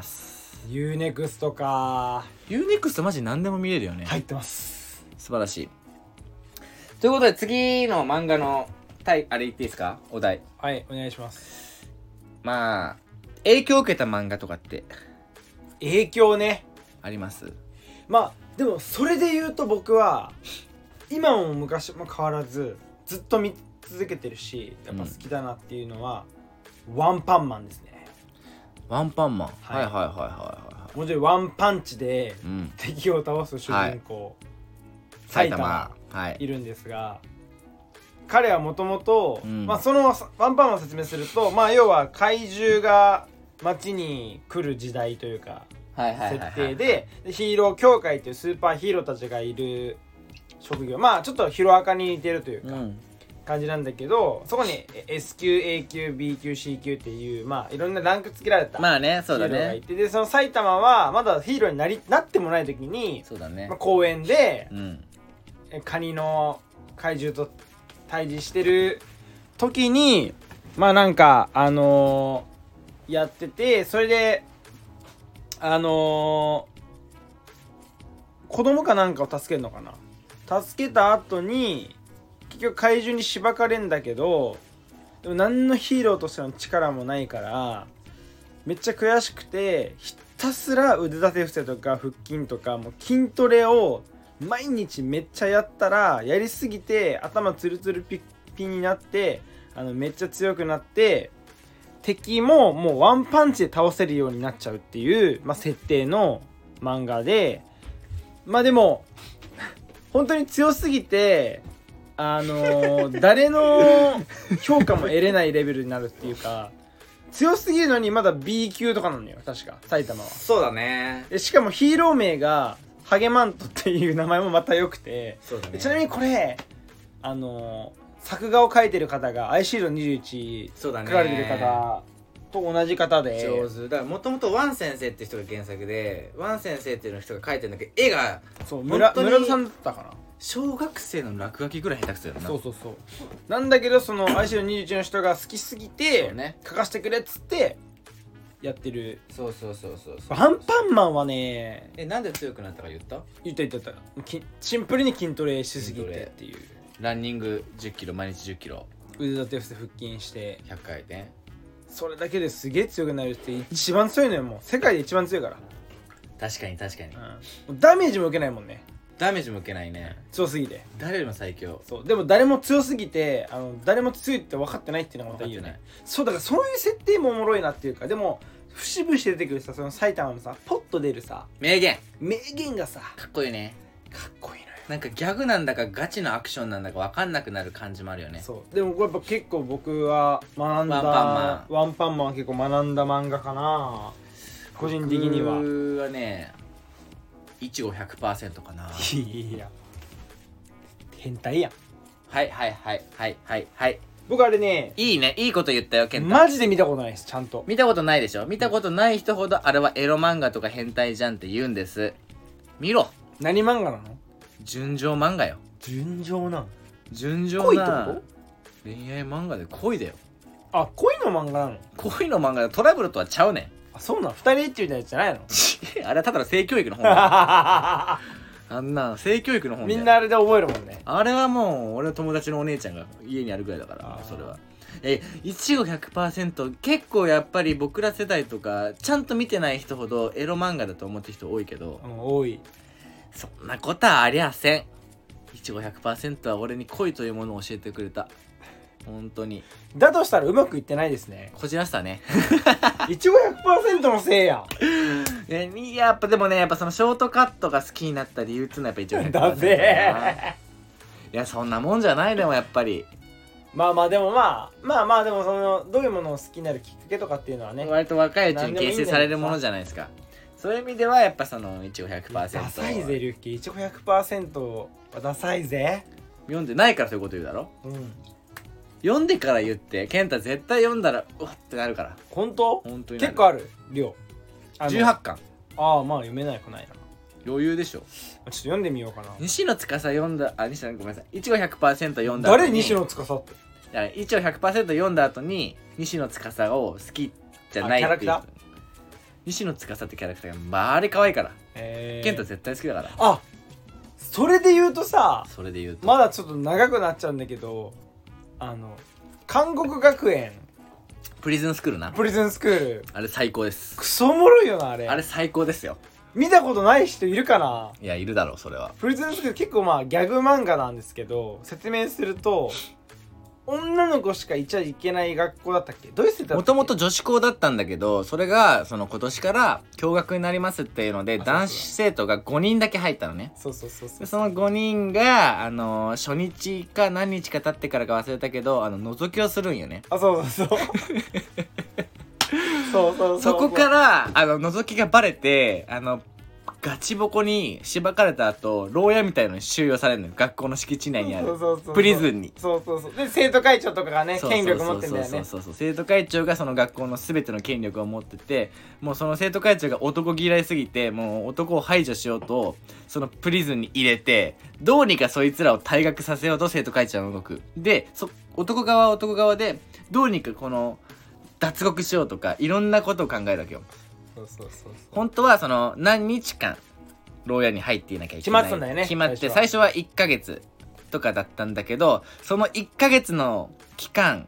[SPEAKER 2] ユーネクスト か。
[SPEAKER 1] ユーネクスト マジ何でも見れるよね。
[SPEAKER 2] 入ってます。
[SPEAKER 1] 素晴らしい。ということで次の漫画のタイあれ言っていいですか？お題。
[SPEAKER 2] はいお願いします。
[SPEAKER 1] まあ影響を受けた漫画とかって
[SPEAKER 2] 影響ね
[SPEAKER 1] あります？
[SPEAKER 2] まあでもそれで言うと僕は今も昔も変わらずずっと見続けてるしやっぱ好きだなっていうのは、うん、ワンパンマンですね。
[SPEAKER 1] ワンパンマン、
[SPEAKER 2] はい、
[SPEAKER 1] はいはいはいはいはい
[SPEAKER 2] もちろんワンパンチで敵を倒す主人公、はい、埼玉いるんですが、はい、彼はもともとそのワンパンマンを説明すると、まあ、要は怪獣が街に来る時代というか設定でヒーロー協会というスーパーヒーローたちがいる職業、まあちょっとヒロアカに似てるというか、うん、感じなんだけど、そこに エス 級 エー 級 ビー 級 シー 級っていうまあいろんなランク付けられた
[SPEAKER 1] まあねそうだね
[SPEAKER 2] ヒーローがいて、でその埼玉はまだヒーローになりなってもない時に
[SPEAKER 1] そうだね、
[SPEAKER 2] まあ、公園で、
[SPEAKER 1] うん、
[SPEAKER 2] カニの怪獣と対峙してる時にまあなんかあのー、やってて、それであのー、子供かなんかを助けるのかな、助けた後に結局怪獣にしばかれんだけど、 でも何のヒーローとしての力もないからめっちゃ悔しくて、ひたすら腕立て伏せとか腹筋とかもう筋トレを毎日めっちゃやったら、やりすぎて頭ツルツルピッピになって、あのめっちゃ強くなって敵ももうワンパンチで倒せるようになっちゃうっていう、まあ、設定の漫画で、まあでも本当に強すぎてあのー、誰の評価も得れないレベルになるっていうか、強すぎるのにまだ ビー 級とかなのよ確か埼玉は。
[SPEAKER 1] そうだね。
[SPEAKER 2] しかもヒーロー名がハゲマントっていう名前もまた良くて、
[SPEAKER 1] そうだね。
[SPEAKER 2] ちなみにこれあのー作画を描いてる方がアイシールドにじゅういち
[SPEAKER 1] そうだね、
[SPEAKER 2] 描かれてる方と同じ方で
[SPEAKER 1] 上手だから、もともとワン先生って人が原作で、ワン先生っていう人が描いてるんだけど、絵が
[SPEAKER 2] そう村村田さんだったかな。
[SPEAKER 1] 小学生の落書きぐらい下手くそやろな。
[SPEAKER 2] そうそうそうなんだけど、その アイシールドにじゅういちの人が好きすぎて、ね、描かせてくれっつってやってる。
[SPEAKER 1] そうそうそうそうそう。
[SPEAKER 2] アンパンマンはね、
[SPEAKER 1] え、なんで強くなったか言った？
[SPEAKER 2] 言った言った言った。シンプルに筋トレしすぎてっていう。
[SPEAKER 1] ランニングじゅっキロ、毎日じゅっキロ、
[SPEAKER 2] 腕立て伏せ腹筋して
[SPEAKER 1] ひゃっかい転、
[SPEAKER 2] それだけですげえ強くなるって一番強いのよ。もう世界で一番強いから。
[SPEAKER 1] 確かに確かに、
[SPEAKER 2] うん、ダメージも受けないもんね。
[SPEAKER 1] ダメージも受けないね。
[SPEAKER 2] 強すぎて
[SPEAKER 1] 誰よりも最強。
[SPEAKER 2] そうでも誰も強すぎて、あの誰も強いって分かってないっていうのがまたいいよね。そうだからそういう設定もおもろいなっていうか、でも節々出てくるさ、その埼玉のさポッと出るさ
[SPEAKER 1] 名言
[SPEAKER 2] 名言がさ
[SPEAKER 1] かっこいいね。
[SPEAKER 2] かっこいいのよ。
[SPEAKER 1] なんかギャグなんだかガチのアクションなんだか分かんなくなる感じもあるよね。
[SPEAKER 2] そうでもやっぱ結構僕は学んだ
[SPEAKER 1] ワンパンマ
[SPEAKER 2] ンワンパンマンは結構学んだ漫画かな個人的には。
[SPEAKER 1] 僕はねいちご ひゃくパーセント かな。
[SPEAKER 2] いや変態やん。
[SPEAKER 1] はいはいはいはいはいはい。
[SPEAKER 2] 僕あれね、
[SPEAKER 1] いいね、いいこと言ったよケンタ。
[SPEAKER 2] マジで見たことないです。ちゃんと
[SPEAKER 1] 見たことないでしょ。見たことない人ほどあれはエロ漫画とか変態じゃんって言うんです。見ろ。
[SPEAKER 2] 何漫画なの？
[SPEAKER 1] 純情漫画よ。
[SPEAKER 2] 純情なん？
[SPEAKER 1] 純情な恋愛漫画で恋だよ。
[SPEAKER 2] あ、恋の漫画なの？
[SPEAKER 1] 恋の漫画でトラブルとはちゃうねん。
[SPEAKER 2] あ、そうなの？二人エッチみたいなやつじゃないの？
[SPEAKER 1] あれはただの性教育の本だ。あんな性教育の本だよ。
[SPEAKER 2] みんなあれで覚えるもんね。
[SPEAKER 1] あれはもう俺の友達のお姉ちゃんが家にあるぐらいだから、それは。え、いちご ひゃくパーセント 結構やっぱり僕ら世代とかちゃんと見てない人ほどエロ漫画だと思ってる人多いけど、
[SPEAKER 2] うん、多い。
[SPEAKER 1] そんなことはありゃせん。いちご ひゃくパーセント は俺に恋というものを教えてくれた。本当に。
[SPEAKER 2] だとしたらうまくいってないですね。
[SPEAKER 1] こじらせたね。
[SPEAKER 2] いちご ひゃくパーセント のせいやん。
[SPEAKER 1] え、やっぱでもね、やっぱそのショートカットが好きになった理由っていうのはやっぱいちご ひゃくパーセント
[SPEAKER 2] だぜ。
[SPEAKER 1] いや、そんなもんじゃない。でもやっぱり
[SPEAKER 2] まあまあでもまあまあまあでもそのどういうものを好きになるきっかけとかっていうのはね、
[SPEAKER 1] 割と若いうちに形成されるものじゃないですか。そういう意味ではやっぱそのいちご ひゃくパーセント
[SPEAKER 2] ダサいぜリュッキー。いちご ひゃくパーセント はダサいぜ。
[SPEAKER 1] 読んでないからそういうこと言うだろ。
[SPEAKER 2] うん。
[SPEAKER 1] 読んでから言って、健太絶対読んだらうわってなるから。
[SPEAKER 2] 本当？
[SPEAKER 1] 本当に
[SPEAKER 2] 結構ある量。
[SPEAKER 1] じゅうはちかん。
[SPEAKER 2] ああ、まあ読めないくないな。
[SPEAKER 1] 余裕でしょ。ちょ
[SPEAKER 2] っと読んでみようかな。
[SPEAKER 1] 西野司読んだ、あ、西野ごめんなさい。いちご ひゃくパーセント 読んだ
[SPEAKER 2] 後に。誰西野司って。
[SPEAKER 1] いや、いちご ひゃくパーセント 読んだ後に西野司を好きじゃないっていう人。西野司ってキャラクターがまあれ可愛いから。えー、健太絶対好きだから。
[SPEAKER 2] あ、それで言うとさ、
[SPEAKER 1] それで言うと
[SPEAKER 2] まだちょっと長くなっちゃうんだけど、あの韓国学園
[SPEAKER 1] プリズンスクールな。
[SPEAKER 2] プリズンスクール
[SPEAKER 1] あれ最高です。
[SPEAKER 2] クソおもろいよなあれ。
[SPEAKER 1] あれ最高ですよ。
[SPEAKER 2] 見たことない人いるかな。
[SPEAKER 1] いや、いるだろうそれは。
[SPEAKER 2] プリズンスクール結構まあギャグ漫画なんですけど、説明すると女の子しかいちゃいけない学校だったっけ？どういう設定だったっけ？
[SPEAKER 1] もともと女子校だったんだけど、それがその今年から共学になりますっていうので、男子生徒がごにんだけ入ったのね。
[SPEAKER 2] そうそうそうそう。
[SPEAKER 1] でそのごにんがあのー、初日か何日か経ってからか忘れたけど、あの覗きをするんよね。
[SPEAKER 2] あ、そうそうそう。そうそうそう。
[SPEAKER 1] そこからあの覗きがバレて、あのガチボコにしばかれた後、牢屋みたいのに収容されるのよ。学校の敷地内にあるプリズンに。
[SPEAKER 2] そうそうそう。で生徒会長とかがね、権力持ってんだよね。
[SPEAKER 1] そうそうそうそう。生徒会長がその学校の全ての権力を持ってて、もうその生徒会長が男嫌いすぎて、もう男を排除しようとそのプリズンに入れて、どうにかそいつらを退学させようと生徒会長が動く。で、そ男側は男側でどうにかこの脱獄しようとかいろんなことを考えるわけよ。
[SPEAKER 2] そうそうそうそう。
[SPEAKER 1] 本当はその何日間牢屋に入っていなきゃいけない。
[SPEAKER 2] 決まってたんだよね。
[SPEAKER 1] 決まって最初はいっかげつとかだったんだけど、そのいっかげつの期間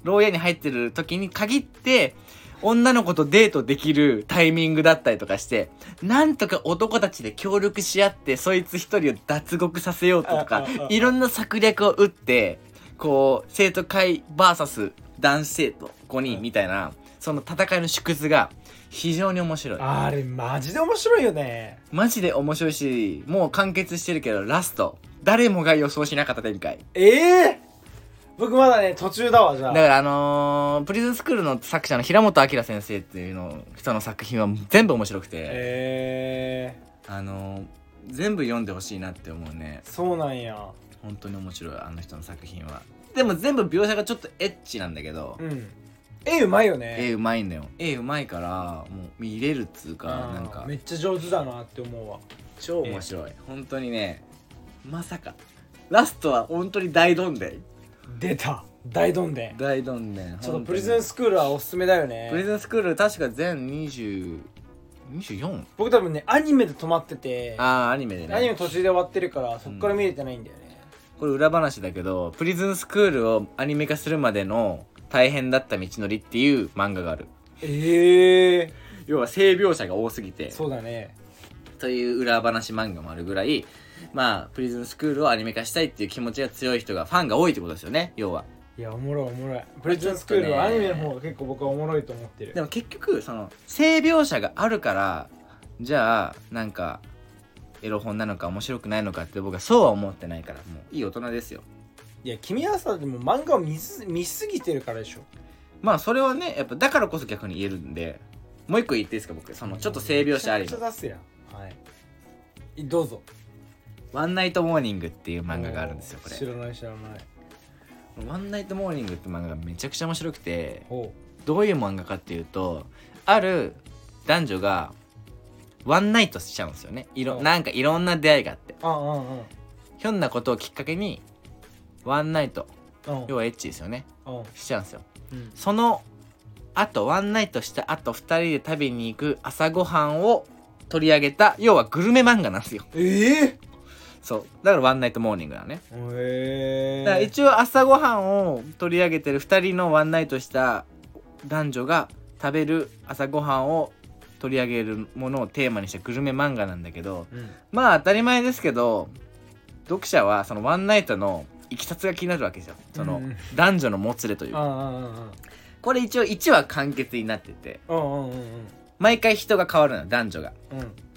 [SPEAKER 1] 牢屋に入ってる時に限って女の子とデートできるタイミングだったりとかして、なんとか男たちで協力し合ってそいつ一人を脱獄させようとか、いろんな策略を打ってこう生徒会 ブイエス 男子生徒ごにんみたいな、その戦いの縮図が非常に面白い。
[SPEAKER 2] あれマジで面白いよね。
[SPEAKER 1] マジで面白いし、もう完結してるけどラスト誰もが予想しなかった展開。
[SPEAKER 2] ええー僕まだね途中だわ。じゃあ
[SPEAKER 1] だからあのー、プリズンスクールの作者の平本明先生っていうの人の作品は全部面白くて、
[SPEAKER 2] え
[SPEAKER 1] ー、あのー、全部読んでほしいなって思うね。
[SPEAKER 2] そうなんや。
[SPEAKER 1] 本当に面白いあの人の作品は。でも全部描写がちょっとエッチなんだけど、
[SPEAKER 2] うん、絵うまいよね。
[SPEAKER 1] 絵うまいんだよ。絵うまいからもう見れるっつうか、なんか
[SPEAKER 2] めっちゃ上手だなって思うわ。
[SPEAKER 1] 超面白い、本当にね。まさかラストは本当に大どんでん。
[SPEAKER 2] 出た大どんでん。
[SPEAKER 1] 大どんでん。
[SPEAKER 2] ちょっとプリズンスクールはおすすめだよね。
[SPEAKER 1] プリズンスクール確か全にじゅう、にじゅうよん？
[SPEAKER 2] 僕多分ねアニメで止まってて、
[SPEAKER 1] ああアニメでね、
[SPEAKER 2] アニメ途中で終わってるからそっから見れてないんだよね、
[SPEAKER 1] うん、これ裏話だけど、プリズンスクールをアニメ化するまでの大変だった道のりっていう漫画がある。
[SPEAKER 2] ええー、
[SPEAKER 1] 要は性描写が多すぎて、
[SPEAKER 2] そうだね
[SPEAKER 1] という裏話漫画もあるぐらい、まあプリズンスクールをアニメ化したいっていう気持ちが強い人がファンが多いってことですよね、要は。
[SPEAKER 2] いやおもろいおもろい。プリズンスクールはアニメの方が結構僕はおもろいと思ってる。
[SPEAKER 1] でも結局その性描写があるから、じゃあなんかエロ本なのか面白くないのかって僕はそうは思ってないから、もういい大人ですよ。
[SPEAKER 2] いや君はさでも漫画を見す見すぎてるからでしょ。
[SPEAKER 1] まあそれはねやっぱだからこそ逆に言えるんで、もう一個言っていいですか僕。そのちょっと性描写あり
[SPEAKER 2] めちゃくちゃ出すやん。はいどうぞ。
[SPEAKER 1] ワンナイトモーニングっていう漫画があるんですよ。これ
[SPEAKER 2] 知らない知らない。
[SPEAKER 1] ワンナイトモーニングって漫画がめちゃくちゃ面白くて、
[SPEAKER 2] ほう
[SPEAKER 1] どういう漫画かっていうと、ある男女がワンナイトしちゃうんですよね。いろなんかいろんな出会いがあって、
[SPEAKER 2] あああ
[SPEAKER 1] ひょんなことをきっかけにワンナイト、
[SPEAKER 2] あ
[SPEAKER 1] 要はエッチですよね、しちゃうんですよ、
[SPEAKER 2] うん、
[SPEAKER 1] そのあとワンナイトしたあとふたりで食べに行く朝ごはんを取り上げた、要はグルメ漫画なんですよ。
[SPEAKER 2] ええー、
[SPEAKER 1] そうだからワンナイトモーニングだね。
[SPEAKER 2] へえー、
[SPEAKER 1] だから一応朝ごはんを取り上げてるふたりのワンナイトした男女が食べる朝ごはんを取り上げるものをテーマにしたグルメ漫画なんだけど、うん、まあ当たり前ですけど読者はそのワンナイトのいきさつが気になるわけですよ。その男女のもつれというか、うん、これ一応いちわ完結になってて、うんうんうん、毎回人が変わるのよ男女が、うん、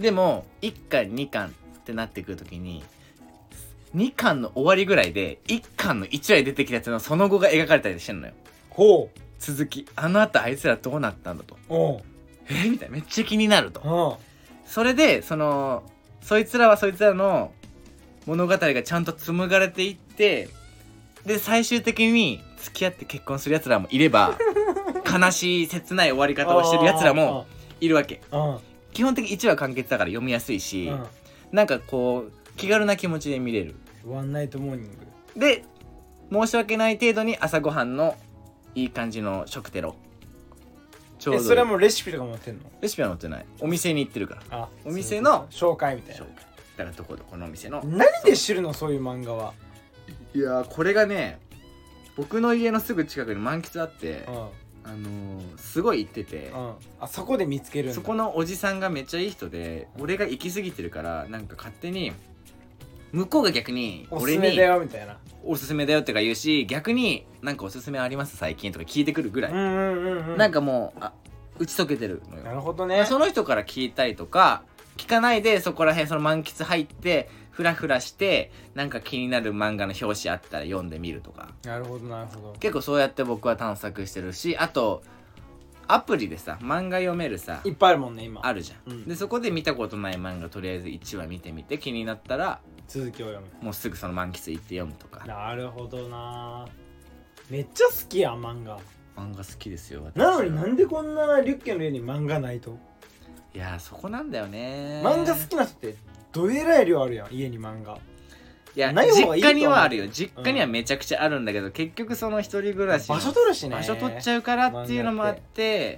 [SPEAKER 1] でもいっかんにかんってなってくるときににかんの終わりぐらいでいっかんのいちわに出てきたやつのその後が描かれたりしてるのよ。
[SPEAKER 2] ほう
[SPEAKER 1] 続き、あの後あいつらどうなったんだと、えー、みたいな、めっちゃ気になると。それでそのそいつらはそいつらの物語がちゃんと紡がれていって、で最終的に付き合って結婚するやつらもいれば悲しい切ない終わり方をしてるやつらもいるわけ。基本的にいちわ完結だから読みやすいし、なんかこう気軽な気持ちで見れる。
[SPEAKER 2] ワンナイトモーニング
[SPEAKER 1] で申し訳ない程度に朝ごはんのいい感じの食テロ
[SPEAKER 2] ちょうどいい。えそれはもうレシピとかも載ってんの？
[SPEAKER 1] レシピは載ってない。お店に行ってるから。
[SPEAKER 2] あ
[SPEAKER 1] お店の
[SPEAKER 2] 紹介みたいな。
[SPEAKER 1] だからどこどこのお店の。
[SPEAKER 2] 何で知るのそういう漫画は。
[SPEAKER 1] いやーこれがね僕の家のすぐ近くに満喫あって、うん、あのー、すごい行ってて、
[SPEAKER 2] うん、あそこで見つけるんだ。
[SPEAKER 1] そこのおじさんがめっちゃいい人で、俺が行き過ぎてるからなんか勝手に向こうが逆に
[SPEAKER 2] 俺におすすめだよみたいな、
[SPEAKER 1] おすすめだよってか言うし、逆になんかおすすめあります最近とか聞いてくるぐらい、
[SPEAKER 2] うんうんうんうん、
[SPEAKER 1] なんかもうあ打ち解けてるのよ。
[SPEAKER 2] なるほどね。
[SPEAKER 1] その人から聞いたりとか聞かないでそこら辺その満喫入ってフラフラしてなんか気になる漫画の表紙あったら読んでみるとか。
[SPEAKER 2] なるほどなるほど。
[SPEAKER 1] 結構そうやって僕は探索してるし、あとアプリでさ漫画読めるさ
[SPEAKER 2] いっぱいあるもんね今。
[SPEAKER 1] あるじゃん、うん、でそこで見たことない漫画とりあえずいちわ見てみて気になったら
[SPEAKER 2] 続きを読む。
[SPEAKER 1] もうすぐその満喫行って読むとか。
[SPEAKER 2] なるほどな。めっちゃ好きやん漫画。
[SPEAKER 1] 漫画好きですよ。
[SPEAKER 2] なのになんでこんなリュッケの家に漫画ないと。
[SPEAKER 1] いやそこなんだよね。
[SPEAKER 2] 漫画好きな人ってどえらい量あるやん家に漫画。
[SPEAKER 1] いや実家にはあるよ。実家にはめちゃくちゃあるんだけど、うん、結局その一人暮らし
[SPEAKER 2] 場所取るしね。
[SPEAKER 1] 場所取っちゃうからっていうのもあって。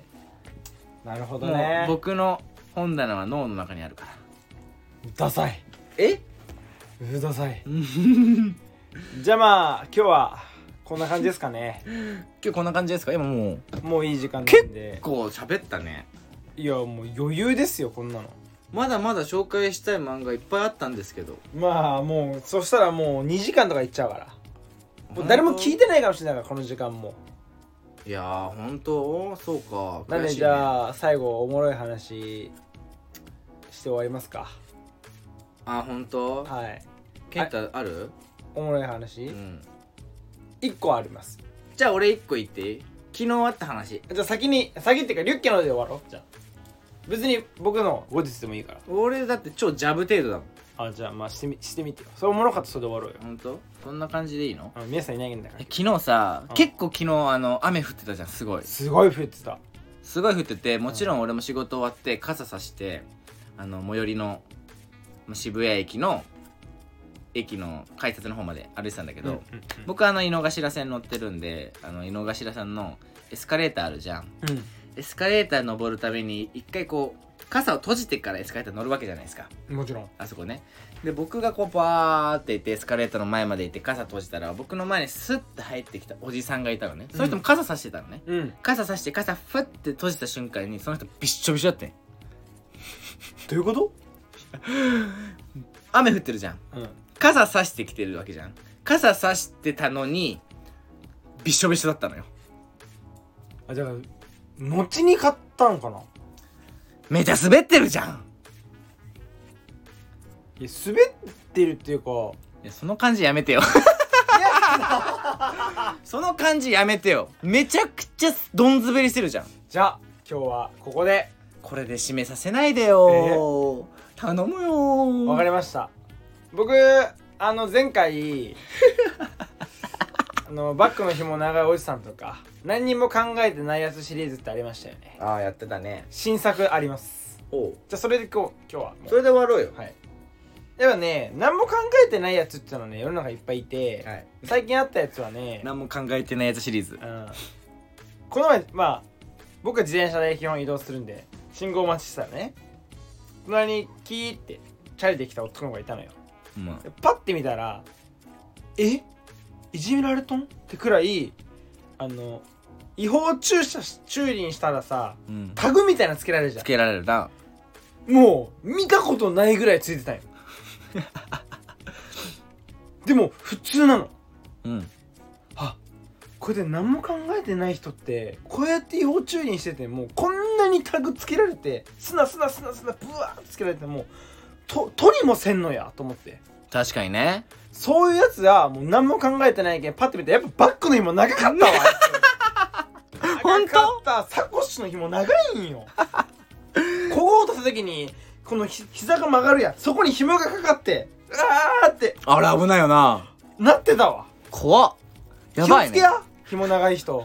[SPEAKER 2] なるほどね。
[SPEAKER 1] 僕の本棚は脳の中にあるから。
[SPEAKER 2] ダサい。
[SPEAKER 1] え？
[SPEAKER 2] うダサい。じゃあまあ今日はこんな感じですかね。
[SPEAKER 1] 今日こんな感じですか。今も
[SPEAKER 2] うもういい時間なんで
[SPEAKER 1] 結構喋ったね。
[SPEAKER 2] いやもう余裕ですよこんなの。
[SPEAKER 1] まだまだ紹介したい漫画いっぱいあったんですけど、
[SPEAKER 2] まあもうそしたらもうにじかんとかいっちゃうから、もう誰も聞いてないかもしれないからこの時間も。
[SPEAKER 1] いやー本当そうか。
[SPEAKER 2] なんでじゃあ最後おもろい話して終わりますか。
[SPEAKER 1] あ本当。
[SPEAKER 2] はい。
[SPEAKER 1] ケンタある
[SPEAKER 2] おもろい話、うん、いっこあります。
[SPEAKER 1] じゃあ俺いっこ言っていい。昨日あった話。
[SPEAKER 2] じゃあ先に先っていうかリュッケので終わろう。じゃあ別に僕の後日でもいいから。
[SPEAKER 1] 俺だって超ジャブ程度だもん。
[SPEAKER 2] あじゃあまあしてみしてみてよ。それおもろかったらそれで終わろうよ。
[SPEAKER 1] ほんとそんな感じでいいの。
[SPEAKER 2] あ皆さんいないんだから。
[SPEAKER 1] 昨日さ、うん、結構昨日あの雨降ってたじゃん。すごい
[SPEAKER 2] すごい降ってた。
[SPEAKER 1] すごい降ってて、もちろん俺も仕事終わって傘さしてあの最寄りの渋谷駅の駅の改札の方まで歩いてたんだけど、うんうんうん、僕はあの井の頭線乗ってるんで、あの井の頭さんのエスカレーターあるじゃん、うん、エスカレーター登るために一回こう傘を閉じてからエスカレーター乗るわけじゃないですか。
[SPEAKER 2] もちろん
[SPEAKER 1] あそこね。で僕がこうバーって行ってエスカレーターの前まで行って傘閉じたら、僕の前にスッて入ってきたおじさんがいたのね、うん、その人も傘さしてたのね、うん、傘さして傘フッて閉じた瞬間にその人びっしょびしょだってん。
[SPEAKER 2] どういうこと？
[SPEAKER 1] 雨降ってるじゃん、うん、傘さしてきてるわけじゃん。傘さしてたのにびっしょびしょだったのよ。
[SPEAKER 2] あじゃあ後に買ったのかな。
[SPEAKER 1] めちゃ滑ってるじゃん。
[SPEAKER 2] いや滑ってるっていうか、
[SPEAKER 1] いやその感じやめてよその感じやめてよ。めちゃくちゃどん滑りしてるじゃん。
[SPEAKER 2] じゃあ今日はここで
[SPEAKER 1] これで締めさせないでよ、えー、頼むよ。
[SPEAKER 2] わかりました。僕あの前回あのバッグの紐長いおじさんとか何にも考えてないやつシリーズってありましたよね。
[SPEAKER 1] ああやってたね。
[SPEAKER 2] 新作あります。おうじゃあそれで今日今日は
[SPEAKER 1] それで終わろうよ。
[SPEAKER 2] はい。やっぱね何も考えてないやつっていうのはね世の中いっぱいいて、はい、最近あったやつはね
[SPEAKER 1] 何も考えてないやつシリーズ、うん、
[SPEAKER 2] この前まあ僕は自転車で基本移動するんで信号待ちしたらね隣にキーってチャリで来た男の子がいたのよ、うん、パッて見たらえいじめられとんってくらいあの違法駐車駐輪したらさ、うん、タグみたいなのつけられるじゃん。
[SPEAKER 1] つけられるな。
[SPEAKER 2] もう見たことないぐらいついてたんよでも普通なの。うんあこれで何も考えてない人ってこうやって違法駐輪しててもうこんなにタグつけられてスナスナスナスナブワーってつけられてもうと取りもせんのやと思って。
[SPEAKER 1] 確かにね。
[SPEAKER 2] そういうやつはもう何も考えてないけんパッて見てやっぱバッグの紐長かったわ
[SPEAKER 1] 本当？
[SPEAKER 2] 長かった。サコッシュの紐長いんよこごうとした時にこのひ膝が曲がるやん、そこに紐がかかってあーって
[SPEAKER 1] あれ危ないよな
[SPEAKER 2] なってたわ。
[SPEAKER 1] 怖っ。やばいね。
[SPEAKER 2] 気をつけや紐長い人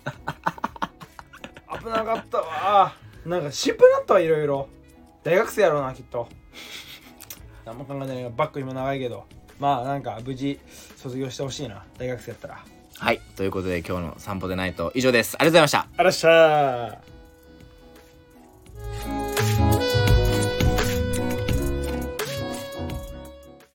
[SPEAKER 2] 危なかったわ。なんか心配になったわ。いろいろ大学生やろうなきっと。何も考えないがバッグ紐長いけどまあなんか無事卒業してほしいな大学生やったら。
[SPEAKER 1] はいということで今日の散歩でないと以上です。ありがとうございました。
[SPEAKER 2] あらっしゃー。